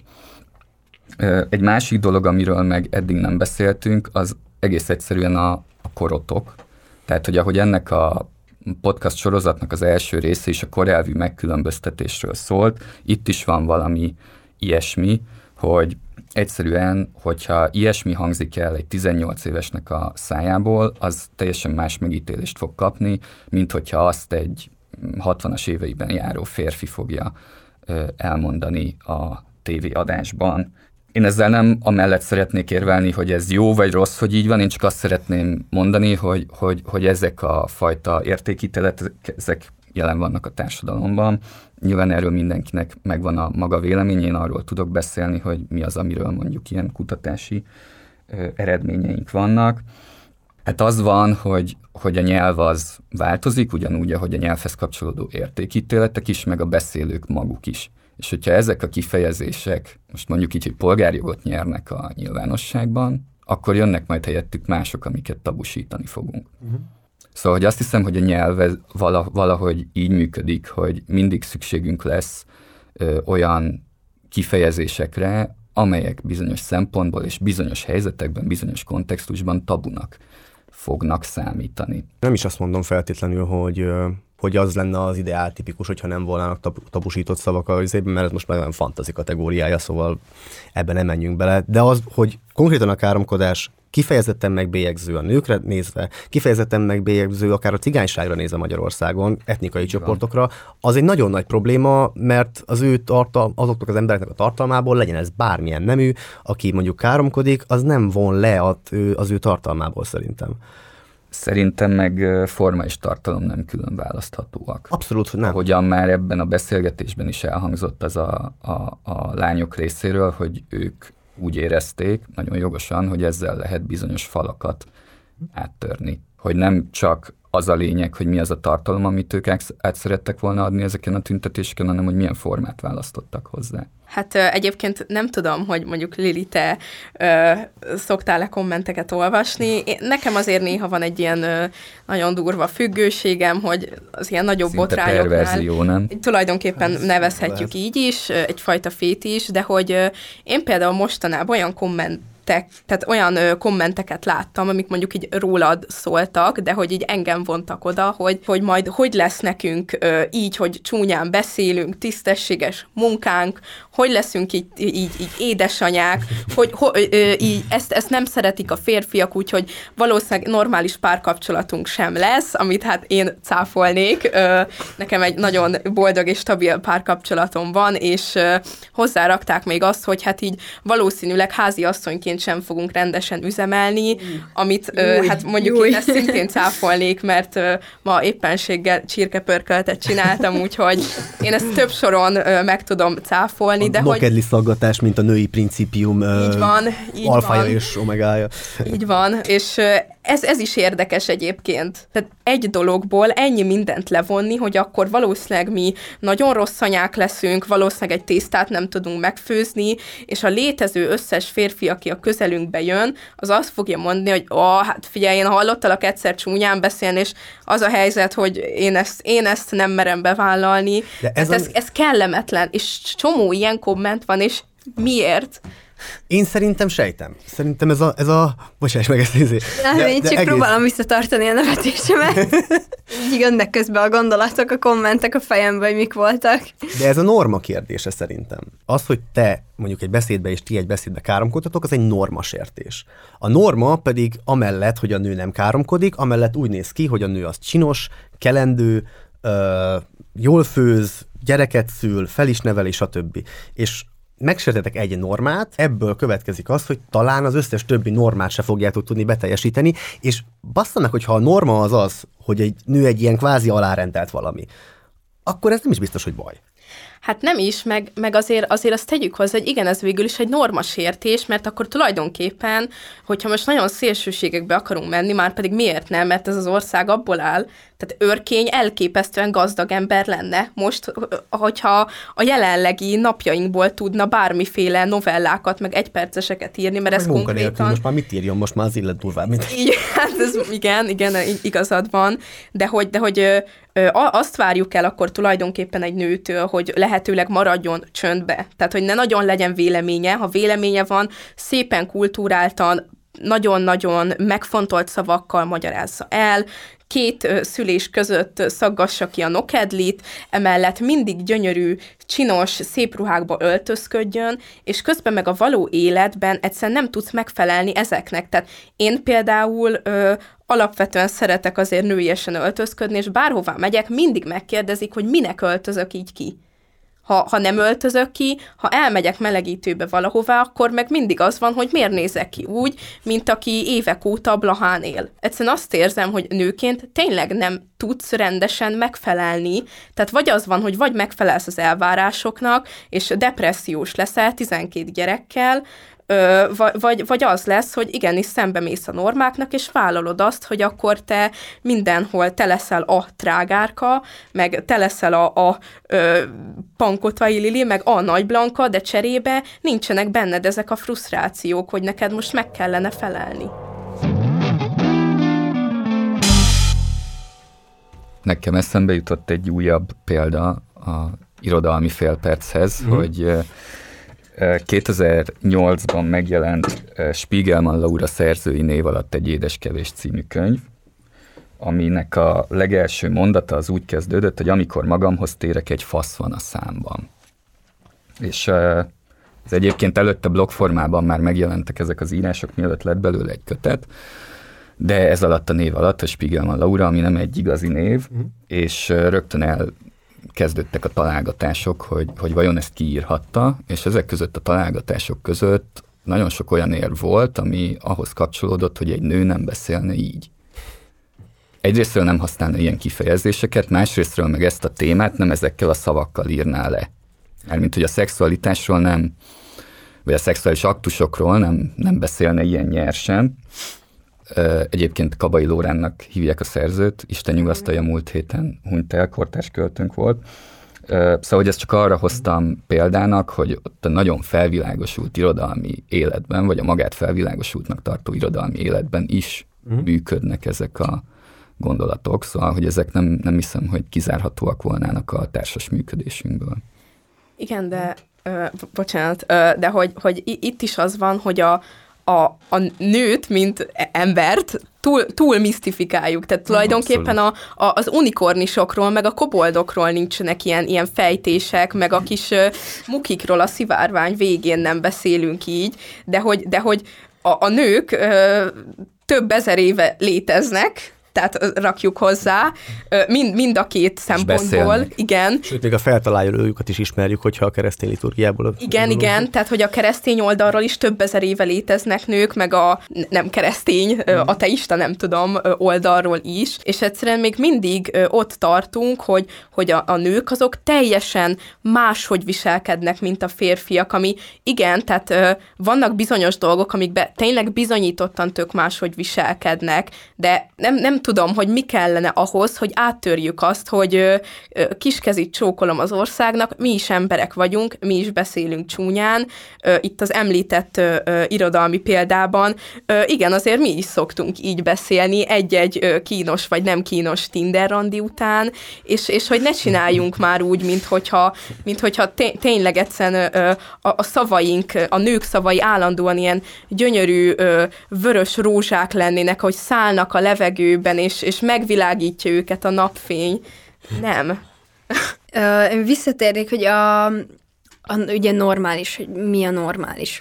Egy másik dolog, amiről meg eddig nem beszéltünk, az egész egyszerűen a korotok. Tehát, hogy ahogy ennek a podcast sorozatnak az első része is a korelvű megkülönböztetésről szólt, itt is van valami ilyesmi, hogy egyszerűen, hogyha ilyesmi hangzik el egy 18 évesnek a szájából, az teljesen más megítélést fog kapni, mint hogyha azt egy 60-as éveiben járó férfi fogja elmondani a tévéadásban. Én ezzel nem amellett szeretnék érvelni, hogy ez jó vagy rossz, hogy így van, én csak azt szeretném mondani, hogy ezek a fajta értékítéletek, ezek jelen vannak a társadalomban. Nyilván erről mindenkinek megvan a maga vélemény, én arról tudok beszélni, hogy mi az, amiről mondjuk ilyen kutatási eredményeink vannak. Hát az van, hogy a nyelv az változik, ugyanúgy, ahogy a nyelvhez kapcsolódó értékítéletek is, meg a beszélők maguk is. És hogyha ezek a kifejezések, most mondjuk így, hogy polgárjogot nyernek a nyilvánosságban, akkor jönnek majd helyettük mások, amiket tabusítani fogunk. Uh-huh. Szóval, hogy azt hiszem, hogy a nyelv valahogy így működik, hogy mindig szükségünk lesz olyan kifejezésekre, amelyek bizonyos szempontból és bizonyos helyzetekben, bizonyos kontextusban tabunak fognak számítani. Nem is azt mondom feltétlenül, hogy az lenne az ideál tipikus, hogyha nem volnának tabusított szavak az évben, mert ez most már olyan fantasy kategóriája, szóval ebben nem menjünk bele. De az, hogy konkrétan a káromkodás kifejezetten megbélyegző a nőkre nézve, kifejezetten megbélyegző akár a cigányságra nézve Magyarországon, etnikai csoportokra, az egy nagyon nagy probléma, mert azoknak az embereknek a tartalmából, legyen ez bármilyen nemű, aki mondjuk káromkodik, az nem von le az ő tartalmából szerintem. Szerintem meg forma és tartalom nem külön választhatóak. Abszolút, nem. Ahogyan már ebben a beszélgetésben is elhangzott az a lányok részéről, hogy ők úgy érezték, nagyon jogosan, hogy ezzel lehet bizonyos falakat áttörni. Hogy nem csak az a lényeg, hogy mi az a tartalom, amit ők át szerettek volna adni ezeken a tüntetéseken, hanem hogy milyen formát választottak hozzá. Hát egyébként nem tudom, hogy mondjuk Lili, te szoktál-e kommenteket olvasni. Nekem azért néha van egy ilyen nagyon durva függőségem, hogy az ilyen nagyobb botrányoknál perverzió, nem? Tulajdonképpen nevezhetjük így is, egyfajta fétis, de hogy én például mostanában olyan tehát olyan kommenteket láttam, amik mondjuk így rólad szóltak, de hogy így engem vontak oda, hogy majd hogy lesz nekünk így, hogy csúnyán beszélünk, tisztességes munkánk, hogy leszünk így édesanyák, hogy így ezt nem szeretik a férfiak, úgyhogy valószínűleg normális párkapcsolatunk sem lesz, amit hát én cáfolnék. Nekem egy nagyon boldog és stabil párkapcsolatom van, és hozzárakták még azt, hogy hát így valószínűleg háziasszonyként sem fogunk rendesen üzemelni, amit hát mondjuk én ezt szintén cáfolnék, mert ma éppenséggel csirkepörköltet csináltam, úgyhogy én ezt több soron meg tudom cáfolni, a de Nokedli szaggatás, mint a női principium így alfája van. és omegája. Így van, és ez is érdekes egyébként. Tehát egy dologból ennyi mindent levonni, hogy akkor valószínűleg mi nagyon rossz anyák leszünk, valószínűleg egy tésztát nem tudunk megfőzni, és a létező összes férfi, aki a közelünkbe jön, az azt fogja mondani, hogy hát figyelj, én hallottalak egyszer csúnyán beszélni, és az a helyzet, hogy én ezt nem merem bevállalni. Ez kellemetlen, és csomó ilyen komment van, és miért? Én szerintem sejtem. Szerintem ez a bocsáss meg ezt nézni. Én csak próbálom visszatartani a nevetésemet. Így jönnek közben a gondolatok, a kommentek a fejembe, hogy mik voltak. De ez a norma kérdése szerintem. Az, hogy te mondjuk egy beszédbe és ti egy beszédbe káromkodtatok, az egy normasértés. A norma pedig amellett, hogy a nő nem káromkodik, amellett úgy néz ki, hogy a nő az csinos, kelendő, jól főz, gyereket szül, fel is neveli, stb. És megsértetek egy normát, ebből következik az, hogy talán az összes többi normát se fogjátok tudni beteljesíteni, és bassza meg, hogyha a norma az, hogy egy nő egy ilyen kvázi alárendelt valami, akkor ez nem is biztos, hogy baj. Hát nem is, meg azért azt tegyük hozzá, hogy igen, ez végül is egy normasértés, mert akkor tulajdonképpen, hogyha most nagyon szélsőségekbe akarunk menni, már pedig miért nem, mert ez az ország abból áll, tehát Örkény elképesztően gazdag ember lenne. Most, hogyha a jelenlegi napjainkból tudna bármiféle novellákat, meg egyperceseket írni, mert ez konkrétan... Most már mit írjon, most már az illet durvább, mint... Hát igen, igazad van, de hogy azt várjuk el akkor tulajdonképpen egy nőtől, hogy lehetőleg maradjon csöndbe. Tehát, hogy ne nagyon legyen véleménye. Ha véleménye van, szépen kultúráltan, nagyon-nagyon megfontolt szavakkal magyarázza el, 2 szülés között szaggassa ki a nokedlit, emellett mindig gyönyörű, csinos, szép ruhákba öltözködjön, és közben meg a való életben egyszerűen nem tudsz megfelelni ezeknek. Tehát én például alapvetően szeretek azért nőiesen öltözködni, és bárhová megyek, mindig megkérdezik, hogy minek öltözök így ki. Ha nem öltözök ki, ha elmegyek melegítőbe valahová, akkor meg mindig az van, hogy miért nézek ki úgy, mint aki évek óta Blahán él. Egyszerűen azt érzem, hogy nőként tényleg nem tudsz rendesen megfelelni, tehát vagy az van, hogy vagy megfelelsz az elvárásoknak, és depressziós leszel 12 gyerekkel, vagy az lesz, hogy igenis szembemész a normáknak, és vállalod azt, hogy akkor te mindenhol te leszel a trágárka, meg te leszel a pankotai Lili, meg a Nagy Blanka, de cserébe nincsenek benned ezek a frusztrációk, hogy neked most meg kellene felelni. Nekem eszembe jutott egy újabb példa a irodalmi félperchez, hogy 2008-ban megjelent Spiegelman Laura szerzői név alatt egy Édeskevés című könyv, aminek a legelső mondata az úgy kezdődött, hogy amikor magamhoz térek, egy fasz van a számban. És ez egyébként előtte blogformában már megjelentek ezek az írások, mielőtt lett belőle egy kötet, de ez alatt a név alatt a Spiegelman Laura, ami nem egy igazi név, és rögtön elkezdődtek a találgatások, hogy vajon ezt kiírhatta, és ezek között a találgatások között nagyon sok olyan érv volt, ami ahhoz kapcsolódott, hogy egy nő nem beszélne így. Egyrésztről nem használna ilyen kifejezéseket, másrésztről meg ezt a témát nem ezekkel a szavakkal írná le. Mármint, hogy a szexualitásról nem, vagy a szexuális aktusokról nem beszélne ilyen nyersen. Egyébként Kabai Lóránnak hívják a szerzőt, Isten nyugasztalja, múlt héten hunyt el, kortárs költőnk volt. Szóval, hogy ezt csak arra hoztam példának, hogy ott a nagyon felvilágosult irodalmi életben, vagy a magát felvilágosultnak tartó irodalmi életben is működnek ezek a gondolatok, szóval, hogy ezek nem hiszem, hogy kizárhatóak volnának a társas működésünkből. Igen, de bocsánat, de hogy itt is az van, hogy a nőt, mint embert túl misztifikáljuk. Tehát tulajdonképpen az unikornisokról, meg a koboldokról nincsenek ilyen fejtések, meg a kis mukikról a szivárvány végén nem beszélünk így, de hogy a nők több ezer éve léteznek, tehát rakjuk hozzá, mind a két szempontból. Igen. Sőt, még a feltalálójukat is ismerjük, hogyha a keresztény liturgiából. Igen, tehát hogy a keresztény oldalról is több ezer éve léteznek nők, meg a nem keresztény, ateista, nem tudom, oldalról is, és egyszerűen még mindig ott tartunk, hogy a nők azok teljesen máshogy viselkednek, mint a férfiak, ami igen, tehát vannak bizonyos dolgok, amikben tényleg bizonyítottan tök máshogy viselkednek, de nem tudom, hogy mi kellene ahhoz, hogy áttörjük azt, hogy kiskezit csókolom az országnak, mi is emberek vagyunk, mi is beszélünk csúnyán, itt az említett irodalmi példában, igen, azért mi is szoktunk így beszélni egy-egy kínos vagy nem kínos Tinder randi után, és hogy ne csináljunk már úgy, minthogyha tényleg egyszerűen a szavaink, a nők szavai állandóan ilyen gyönyörű vörös rózsák lennének, hogy szállnak a levegőben, és megvilágítja őket a napfény. Nem. Visszatérnék, hogy ugye normális, hogy mi a normális.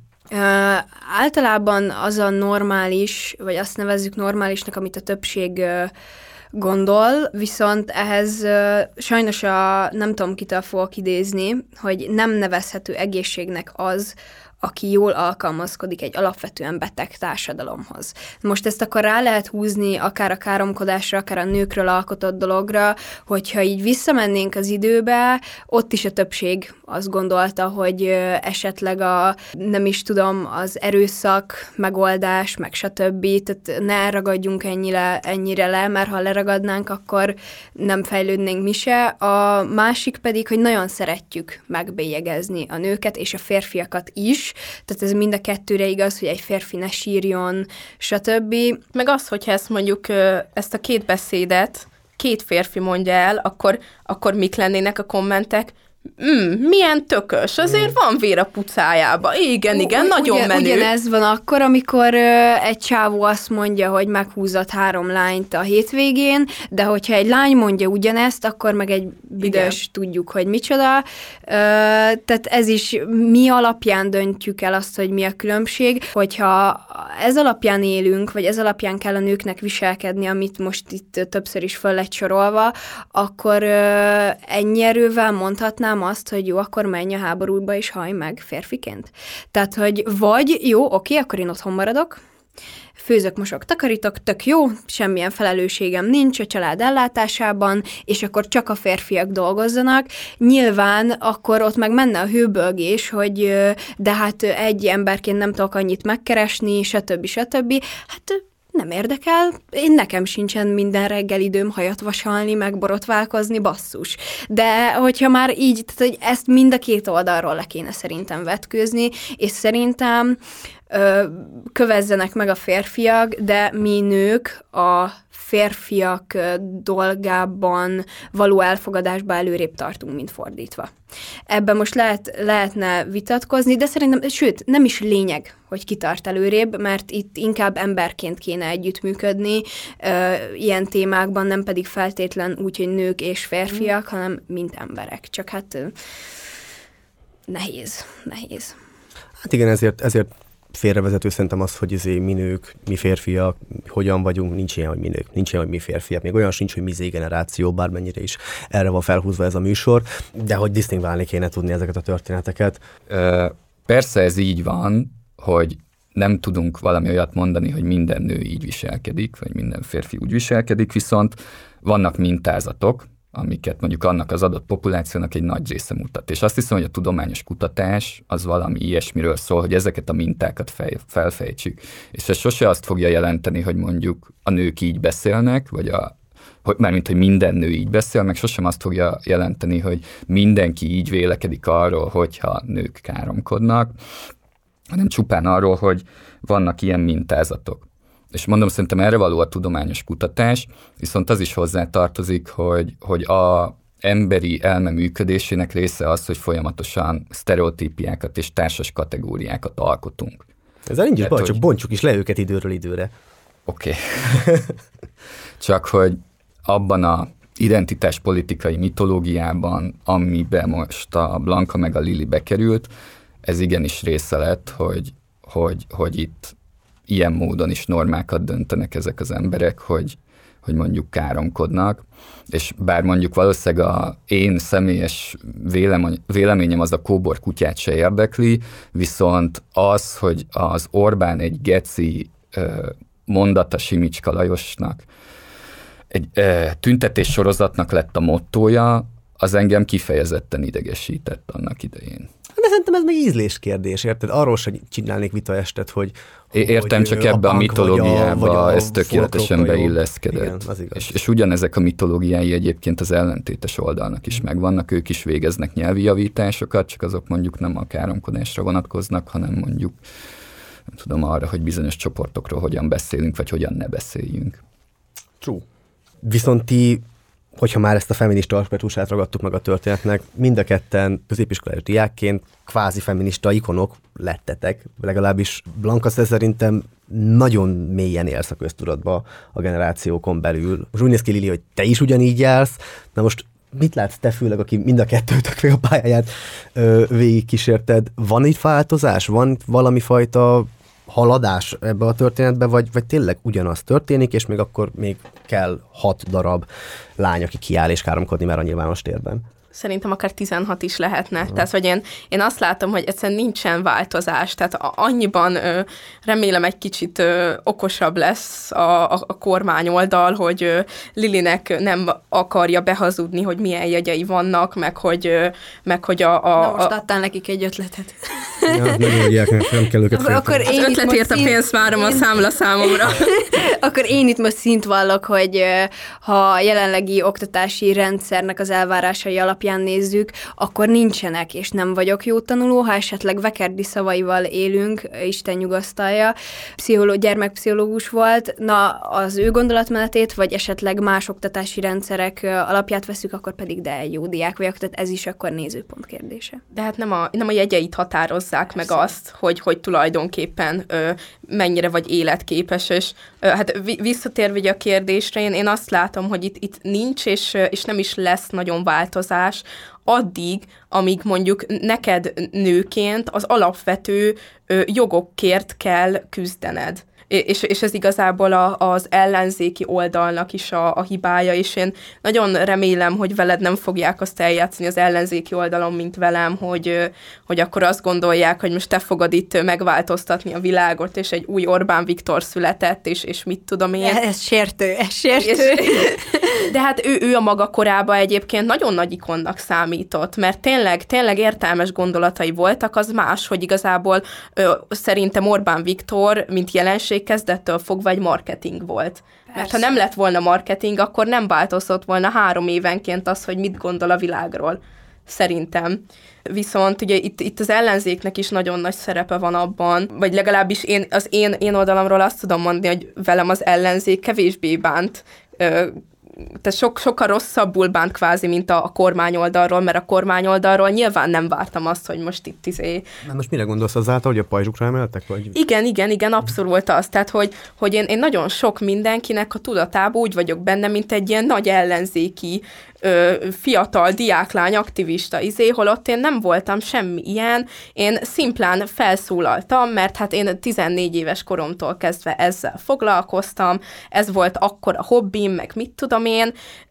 Általában az a normális, vagy azt nevezzük normálisnak, amit a többség gondol, viszont ehhez sajnos nem tudom, kitől fogok idézni, hogy nem nevezhető egészségnek az, aki jól alkalmazkodik egy alapvetően beteg társadalomhoz. Most ezt akkor rá lehet húzni akár a káromkodásra, akár a nőkről alkotott dologra, hogyha így visszamennénk az időbe, ott is a többség azt gondolta, hogy esetleg nem is tudom, az erőszak megoldás, meg stb. Tehát ne ragadjunk ennyire le, mert ha leragadnánk, akkor nem fejlődnénk mi se. A másik pedig, hogy nagyon szeretjük megbélyegezni a nőket és a férfiakat is, tehát ez mind a kettőre igaz, hogy egy férfi ne sírjon, stb. Meg az, hogyha ezt mondjuk, ezt a két beszédet két férfi mondja el, akkor mik lennének a kommentek? Milyen tökös, azért van vér a pucájába. Igen, nagyon menő. Ugyanez van akkor, amikor egy csávó azt mondja, hogy meghúzott 3 lányt a hétvégén, de hogyha egy lány mondja ugyanezt, akkor meg egy büdös tudjuk, hogy micsoda. Tehát ez is mi alapján döntjük el azt, hogy mi a különbség. Hogyha ez alapján élünk, vagy ez alapján kell a nőknek viselkedni, amit most itt többször is föl lett sorolva, akkor ennyi erővel mondhatnám azt, hogy jó, akkor menj a háborúba és hajj meg férfiként. Tehát, hogy vagy jó, oké, akkor én otthon maradok, főzök, mosok, takarítok, tök jó, semmilyen felelősségem nincs a család ellátásában, és akkor csak a férfiak dolgozzanak. Nyilván akkor ott meg menne a hőbölgés, hogy de hát egy emberként nem tudok annyit megkeresni, stb. Hát nem érdekel, nekem sincsen minden reggel időm hajat vasalni, meg borotválkozni, basszus. De hogyha már így, tehát hogy ezt mind a két oldalról le kéne szerintem vetkőzni, és szerintem kövezzenek meg a férfiak, de mi nők a férfiak dolgában való elfogadásba előrébb tartunk, mint fordítva. Ebben most lehetne vitatkozni, de szerintem, sőt, nem is lényeg, hogy ki tart előrébb, mert itt inkább emberként kéne együttműködni ilyen témákban, nem pedig feltétlen úgy, hogy nők és férfiak, hanem mint emberek. Csak hát nehéz. Hát igen, ezért félrevezető szerintem az, hogy mi nők, mi férfiak, hogyan vagyunk, nincs ilyen, hogy mi nők, nincs ilyen, hogy mi férfiak, még olyan sincs, hogy mi Z-generáció, bármennyire is erre van felhúzva ez a műsor, de hogy disztingválni kéne tudni ezeket a történeteket. Persze ez így van, hogy nem tudunk valami olyat mondani, hogy minden nő így viselkedik, vagy minden férfi úgy viselkedik, viszont vannak mintázatok, amiket mondjuk annak az adott populációnak egy nagy része mutat. És azt hiszem, hogy a tudományos kutatás az valami ilyesmiről szól, hogy ezeket a mintákat felfejtsük. És ez sose azt fogja jelenteni, hogy mondjuk a nők így beszélnek, vagy mármint, hogy minden nő így beszél, meg sosem azt fogja jelenteni, hogy mindenki így vélekedik arról, hogyha nők káromkodnak, hanem csupán arról, hogy vannak ilyen mintázatok. És mondom, szerintem erre való a tudományos kutatás, viszont az is hozzátartozik, hogy a emberi elme működésének része az, hogy folyamatosan sztereotípiákat és társas kategóriákat alkotunk. Ezzel nincs is baj, csak bontsuk is le őket időről időre. Oké. Csak hogy abban a identitáspolitikai mitológiában, amiben most a Blanka meg a Lili bekerült, ez igenis része lett, hogy itt ilyen módon is normákat döntenek ezek az emberek, hogy mondjuk káromkodnak, és bár mondjuk valószínűleg a én személyes véleményem az a kóbor kutyát se érdekli, viszont az, hogy az Orbán egy geci mondata Simicska Lajosnak, egy tüntetés sorozatnak lett a mottója, az engem kifejezetten idegesített annak idején. De szerintem ez meg ízléskérdés, érted? Arról sem csinálnék vitaestet, hogy értem, hogy csak ebbe a mitológiába ez tökéletesen beilleszkedett. Igen, az igaz. És ugyanezek a mitológiái egyébként az ellentétes oldalnak is megvannak, ők is végeznek nyelvi javításokat, csak azok mondjuk nem a káromkodásra vonatkoznak, hanem mondjuk nem tudom arra, hogy bizonyos csoportokról hogyan beszélünk, vagy hogyan ne beszéljünk. True. Viszont ti, hogyha már ezt a feminista aspektusát ragadtuk meg a történetnek, mind a ketten középiskolás diákként kvázi feminista ikonok lettetek, legalábbis Blanka, te szerintem nagyon mélyen élsz a köztudatba a generációkon belül. Most úgy néz ki, Lili, hogy te is ugyanígy jársz, na most mit látsz te, főleg, aki mind a kettőtök a pályáját végigkísérted? Van itt változás? Van valami fajta haladás ebbe a történetbe, vagy tényleg ugyanaz történik, és még akkor még kell 6 darab lány, aki kiáll és káromkodni már a nyilvános térben? Szerintem akár 16 is lehetne. Tehát, hogy én azt látom, hogy egyszerűen nincsen változás. Tehát annyiban remélem egy kicsit okosabb lesz a kormányoldal, hogy Lilinek nem akarja behazudni, hogy milyen jegyei vannak, meg hogy Na most adtál nekik egy ötletet. Ja, nem kell őket akkor az ötletért a pénzt várom a számomra. Akkor én itt most szint vallok, hogy ha a jelenlegi oktatási rendszernek az elvárásai alapján nézzük, akkor nincsenek, és nem vagyok jó tanuló, ha esetleg Vekerdi szavaival élünk, Isten nyugasztalja, gyermekpszichológus volt, na az ő gondolatmenetét, vagy esetleg más oktatási rendszerek alapját veszük, akkor pedig de jó diák vagyok, tehát ez is akkor nézőpont kérdése. De hát nem a jegyeit határozzák meg azt, hogy tulajdonképpen mennyire vagy életképes, és hát visszatérve a kérdésre, én azt látom, hogy itt nincs, és nem is lesz nagyon változás, addig, amíg mondjuk neked nőként az alapvető jogokért kell küzdened. És ez igazából az ellenzéki oldalnak is a hibája, és én nagyon remélem, hogy veled nem fogják azt eljátszani az ellenzéki oldalon, mint velem, hogy akkor azt gondolják, hogy most te fogod itt megváltoztatni a világot, és egy új Orbán Viktor született, és mit tudom én. Ez sértő. De hát ő a maga korában egyébként nagyon nagy ikonnak számított, mert tényleg értelmes gondolatai voltak, az más, hogy igazából szerintem Orbán Viktor, mint jelenség, kezdettől fogva egy marketing volt. Persze. Mert ha nem lett volna marketing, akkor nem változott volna 3 évenként az, hogy mit gondol a világról. Szerintem. Viszont ugye itt az ellenzéknek is nagyon nagy szerepe van abban, vagy legalábbis én oldalamról azt tudom mondani, hogy velem az ellenzék kevésbé bánt, tehát sokkal rosszabbul bánt kvázi, mint a kormányoldalról, mert a kormányoldalról nyilván nem vártam azt, hogy most itt Most mire gondolsz azáltal, hogy a pajzsukra emeltek? Vagy? Igen, abszolút az. Tehát, hogy én nagyon sok mindenkinek a tudatában úgy vagyok benne, mint egy ilyen nagy ellenzéki fiatal diáklány aktivista holott én nem voltam semmi ilyen, én szimplán felszólaltam, mert hát én 14 éves koromtól kezdve ezzel foglalkoztam, ez volt akkor a hobbim, meg mit tudom én,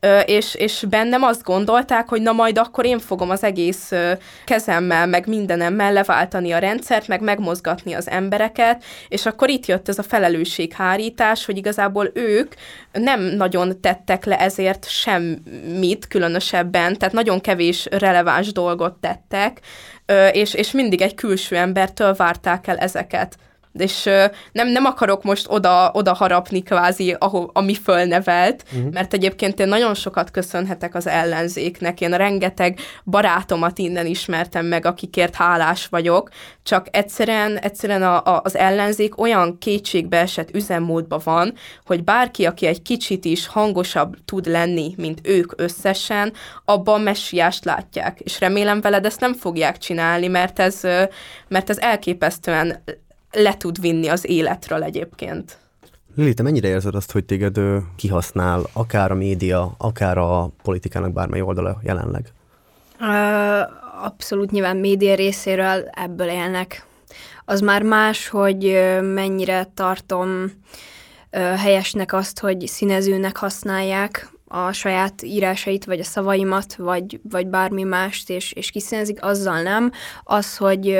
és bennem azt gondolták, hogy na majd akkor én fogom az egész kezemmel, meg mindenemmel leváltani a rendszert, meg megmozgatni az embereket, és akkor itt jött ez a felelősséghárítás, hogy igazából ők nem nagyon tettek le ezért semmit, különösebben, tehát nagyon kevés releváns dolgot tettek, és mindig egy külső embertől várták el ezeket. És nem akarok most oda harapni kvázi, ami fölnevelt, mert egyébként én nagyon sokat köszönhetek az ellenzéknek, én rengeteg barátomat innen ismertem meg, akikért hálás vagyok, csak egyszerűen az ellenzék olyan kétségbeesett üzemmódban van, hogy bárki, aki egy kicsit is hangosabb tud lenni, mint ők összesen, abban messiást látják. És remélem veled ezt nem fogják csinálni, mert ez elképesztően le tud vinni az életről egyébként. Lili, te mennyire érzed azt, hogy téged kihasznál akár a média, akár a politikának bármely oldala jelenleg? Abszolút nyilván média részéről ebből élnek. Az már más, hogy mennyire tartom helyesnek azt, hogy színezőnek használják a saját írásait, vagy a szavaimat, vagy bármi mást, és kiszínezik, azzal nem. Az, hogy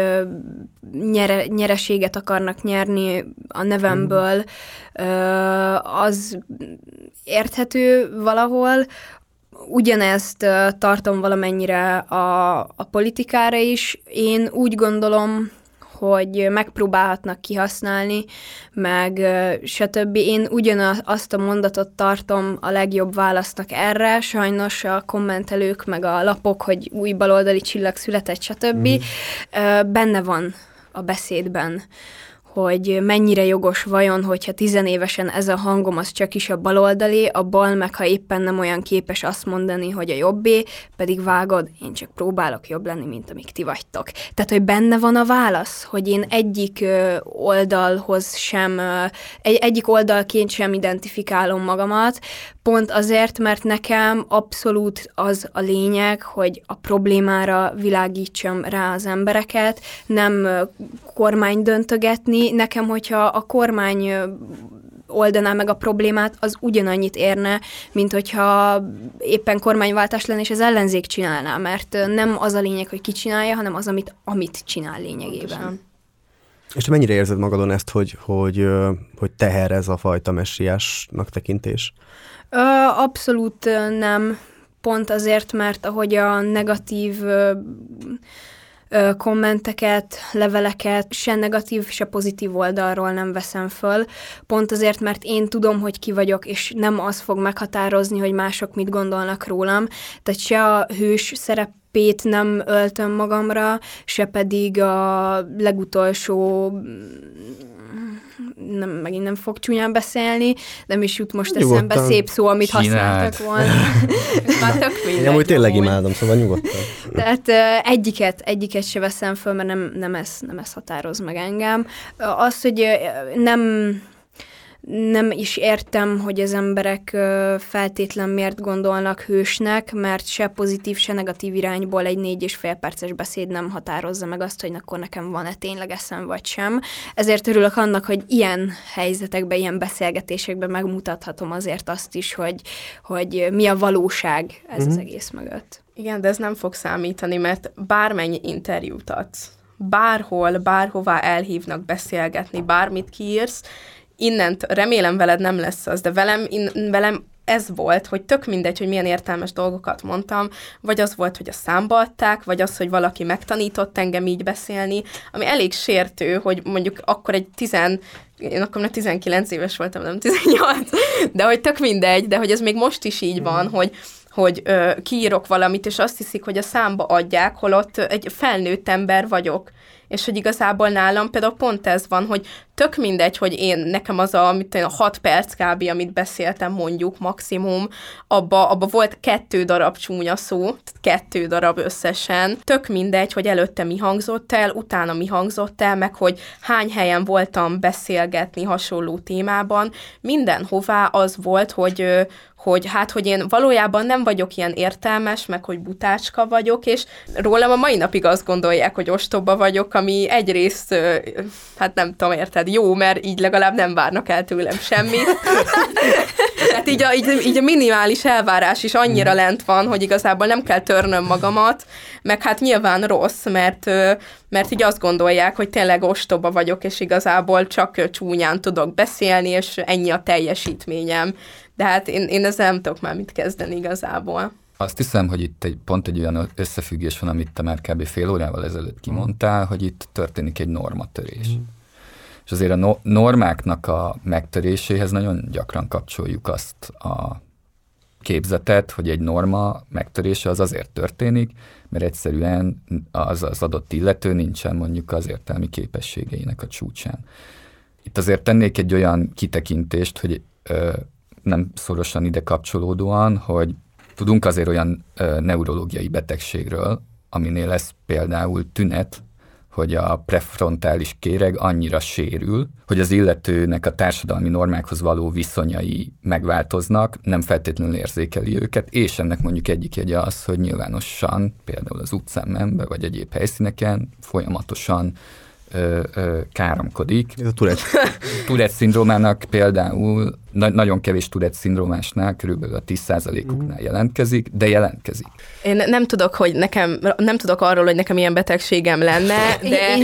nyereséget akarnak nyerni a nevemből, az érthető valahol. ugyanezt tartom valamennyire a politikára is. Én úgy gondolom, hogy megpróbálhatnak kihasználni, meg stb. Én ugyanazt a mondatot tartom a legjobb válasznak erre, sajnos a kommentelők, meg a lapok, hogy új baloldali csillag született, stb. Benne van a beszédben, hogy mennyire jogos vajon, hogyha 10 évesen ez a hangom az csak is a baloldali, a bal meg ha éppen nem olyan képes azt mondani, hogy a jobbé, pedig vágod, én csak próbálok jobb lenni, mint amik ti vagytok. Tehát, hogy benne van a válasz, hogy én egyik oldalhoz sem, egyik oldalként sem identifikálom magamat, pont azért, mert nekem abszolút az a lényeg, hogy a problémára világítsam rá az embereket, nem kormány döntögetni. Nekem, hogyha a kormány oldaná meg a problémát, az ugyanannyit érne, mint hogyha éppen kormányváltás lenne, és az ellenzék csinálná, mert nem az a lényeg, hogy ki csinálja, hanem az, amit csinál lényegében. És te mennyire érzed magadon ezt, hogy teher ez a fajta messiásnak tekintés? Abszolút nem. Pont azért, mert ahogy a negatív kommenteket, leveleket se negatív, se pozitív oldalról nem veszem föl. Pont azért, mert én tudom, hogy ki vagyok, és nem az fog meghatározni, hogy mások mit gondolnak rólam. Tehát se a hős szerepét nem öltöm magamra, se pedig a legutolsó megint nem fog csúnyán beszélni, nem is jut most eszembe szép szó, amit használtak volna. Már tök mindegy. Én amúgy tényleg imádom, szóval nyugodtan. Tehát egyiket se veszem föl, mert nem ez határoz meg engem. Az, hogy nem is értem, hogy az emberek feltétlen miért gondolnak hősnek, mert se pozitív, se negatív irányból egy 4,5 perces beszéd nem határozza meg azt, hogy akkor nekem van-e tényleg eszem, vagy sem. Ezért örülök annak, hogy ilyen helyzetekben, ilyen beszélgetésekben megmutathatom azért azt is, hogy mi a valóság ez az egész mögött. Igen, de ez nem fog számítani, mert bármennyi interjút adsz, bárhol, bárhová elhívnak beszélgetni, bármit kiírsz, innent remélem veled nem lesz az, de velem ez volt, hogy tök mindegy, hogy milyen értelmes dolgokat mondtam, vagy az volt, hogy a számba adták, vagy az, hogy valaki megtanított engem így beszélni, ami elég sértő, hogy mondjuk akkor én akkor már 19 éves voltam, nem 18, de hogy tök mindegy, de hogy ez még most is így van, hogy kiírok valamit, és azt hiszik, hogy a számba adják, holott egy felnőtt ember vagyok. És hogy igazából nálam például pont ez van, hogy tök mindegy, hogy nekem az a 6 perc kb., amit beszéltem mondjuk maximum, abba volt 2 darab csúnya szó, 2 darab összesen. Tök mindegy, hogy előtte mi hangzott el, utána mi hangzott el, meg hogy hány helyen voltam beszélgetni hasonló témában. Mindenhová az volt, hogy én valójában nem vagyok ilyen értelmes, meg hogy butácska vagyok, és rólam a mai napig azt gondolják, hogy ostoba vagyok, ami egyrészt, hát nem tudom, érted, jó, mert így legalább nem várnak el tőlem semmit. Tehát így a minimális elvárás is annyira lent van, hogy igazából nem kell törnöm magamat, meg hát nyilván rossz, mert így azt gondolják, hogy tényleg ostoba vagyok, és igazából csak csúnyán tudok beszélni, és ennyi a teljesítményem. De hát én ezzel nem tudok már mit kezdeni igazából. Azt hiszem, hogy itt pont egy olyan összefüggés van, amit te már kb. Fél órával ezelőtt kimondtál, hogy itt történik egy normatörés. És azért a normáknak a megtöréséhez nagyon gyakran kapcsoljuk azt a képzetet, hogy egy norma megtörése az azért történik, mert egyszerűen az adott illető nincsen mondjuk az értelmi képességeinek a csúcsán. Itt azért tennék egy olyan kitekintést, hogy nem szorosan ide kapcsolódóan, hogy tudunk azért olyan neurológiai betegségről, aminél ez például tünet, hogy a prefrontális kéreg annyira sérül, hogy az illetőnek a társadalmi normákhoz való viszonyai megváltoznak, nem feltétlenül érzékeli őket, és ennek mondjuk egyik jegye az, hogy nyilvánosan, például az utcán menve, vagy egyéb helyszíneken folyamatosan káromkodik. Ez a Tourette-szindrómának például nagyon kevés Tourette-szindrómásnál körülbelül a 10%-uknál jelentkezik, de jelentkezik. Én nem tudok arról, hogy nekem ilyen betegségem lenne, de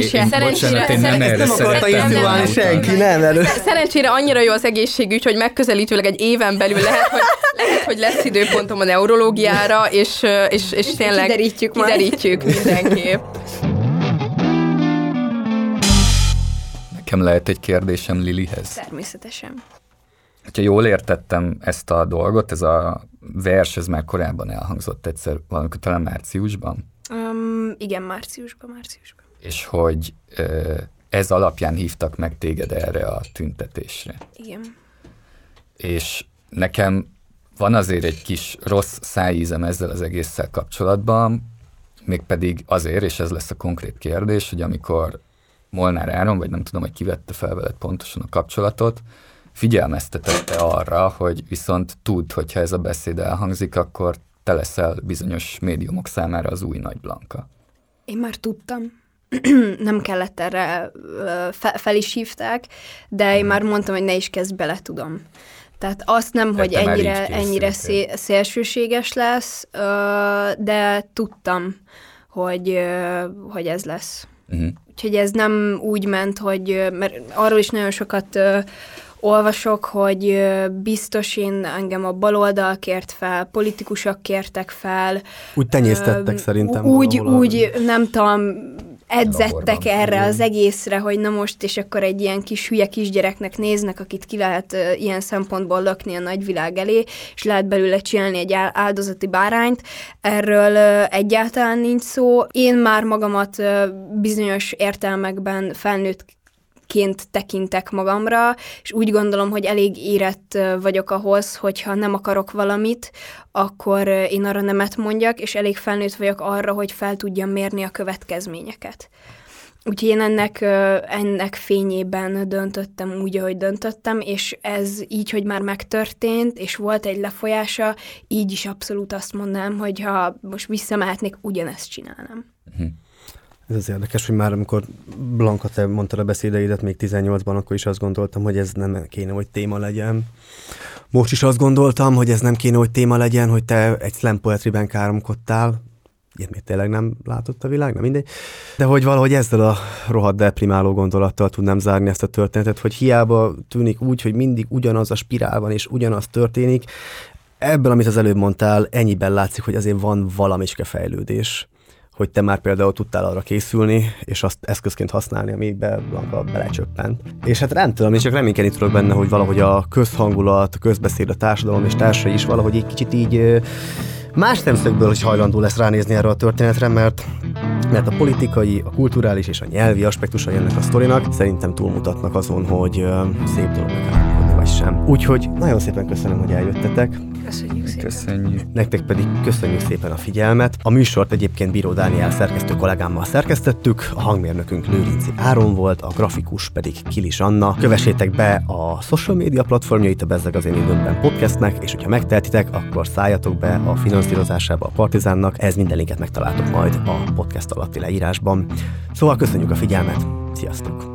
szerencsére annyira jó az egészségügy, hogy megközelítőleg egy éven belül hogy lesz időpontom a neurológiára, és tényleg kiderítjük mindenképp. Nekem lehet egy kérdésem Lilihez? Természetesen. Ha jól értettem ezt a dolgot, ez a vers, ez már korábban elhangzott egyszer, valamikor talán márciusban? Igen, márciusban. És hogy ez alapján hívtak meg téged erre a tüntetésre. Igen. És nekem van azért egy kis rossz szájízem ezzel az egésszel kapcsolatban, mégpedig azért, és ez lesz a konkrét kérdés, hogy amikor Molnár Áron, vagy nem tudom, hogy ki vette fel veled pontosan a kapcsolatot, figyelmeztetette arra, hogy viszont tudd, hogyha ez a beszéd elhangzik, akkor te leszel bizonyos médiumok számára az új Nagy Blanka. Én már tudtam. Nem kellett erre, fel is hívták, de én már mondtam, hogy ne is kezd bele, tudom. Tehát azt nem, hogy ennyire szélsőséges lesz, de tudtam, hogy ez lesz. Úgyhogy ez nem úgy ment, hogy, mert arról is nagyon sokat olvasok, hogy biztos engem a baloldal kért fel, politikusok kértek fel. Úgy tenyésztettek szerintem. Úgy nem tudom, edzettek erre az egészre, hogy na most, és akkor egy ilyen kis hülye kisgyereknek néznek, akit ki lehet ilyen szempontból lökni a nagyvilág elé, és lehet belőle csinálni egy áldozati bárányt. Erről egyáltalán nincs szó. Én már magamat bizonyos értelmekben felnőttként tekintek magamra, és úgy gondolom, hogy elég érett vagyok ahhoz, hogyha nem akarok valamit, akkor én arra nemet mondjak, és elég felnőtt vagyok arra, hogy fel tudjam mérni a következményeket. Úgyhogy én ennek fényében döntöttem úgy, ahogy döntöttem, és ez így, hogy már megtörtént, és volt egy lefolyása, így is abszolút azt mondanám, hogy ha most visszamehetnék, ugyanezt csinálnám. Ez az érdekes, hogy már amikor Blanka, te mondtad a beszédeidet még 18-ban, akkor is azt gondoltam, hogy ez nem kéne, hogy téma legyen. Most is azt gondoltam, hogy ez nem kéne, hogy téma legyen, hogy te egy slam poetryben káromkodtál. Ilyet még tényleg nem látott a világ, nem mindegy. De hogy valahogy ezzel a rohadt deprimáló gondolattal tudnám zárni ezt a történetet, hogy hiába tűnik úgy, hogy mindig ugyanaz a spirál van, és ugyanaz történik. Ebből, amit az előbb mondtál, ennyiben látszik, hogy azért van valamicske fejlődés, hogy te már például tudtál arra készülni, és azt eszközként használni, amibe Blanka belecsöppent. És hát nem tudom, én csak reménykedni tudok benne, hogy valahogy a közhangulat, a közbeszéd, a társadalom és társai is valahogy egy kicsit így más szemszögből is hajlandó lesz ránézni erre a történetre, mert a politikai, a kulturális és a nyelvi aspektusai ennek a sztorinak szerintem túlmutatnak azon, hogy szép dolog megállapodni vagy sem. Úgyhogy nagyon szépen köszönöm, hogy eljöttetek. Köszönjük szépen. Köszönjük. Nektek pedig köszönjük szépen a figyelmet. A műsort egyébként Bíró Dániel szerkesztő kollégámmal szerkesztettük, a hangmérnökünk Lőrinci Áron volt, a grafikus pedig Kilis Anna. Kövessétek be a social media platformjait a Bezzeg az én időmben podcastnek, és hogyha megtehetitek, akkor szálljatok be a finanszírozásába a Partizánnak. Ez minden linket megtaláltok majd a podcast alatti leírásban. Szóval köszönjük a figyelmet, sziasztok!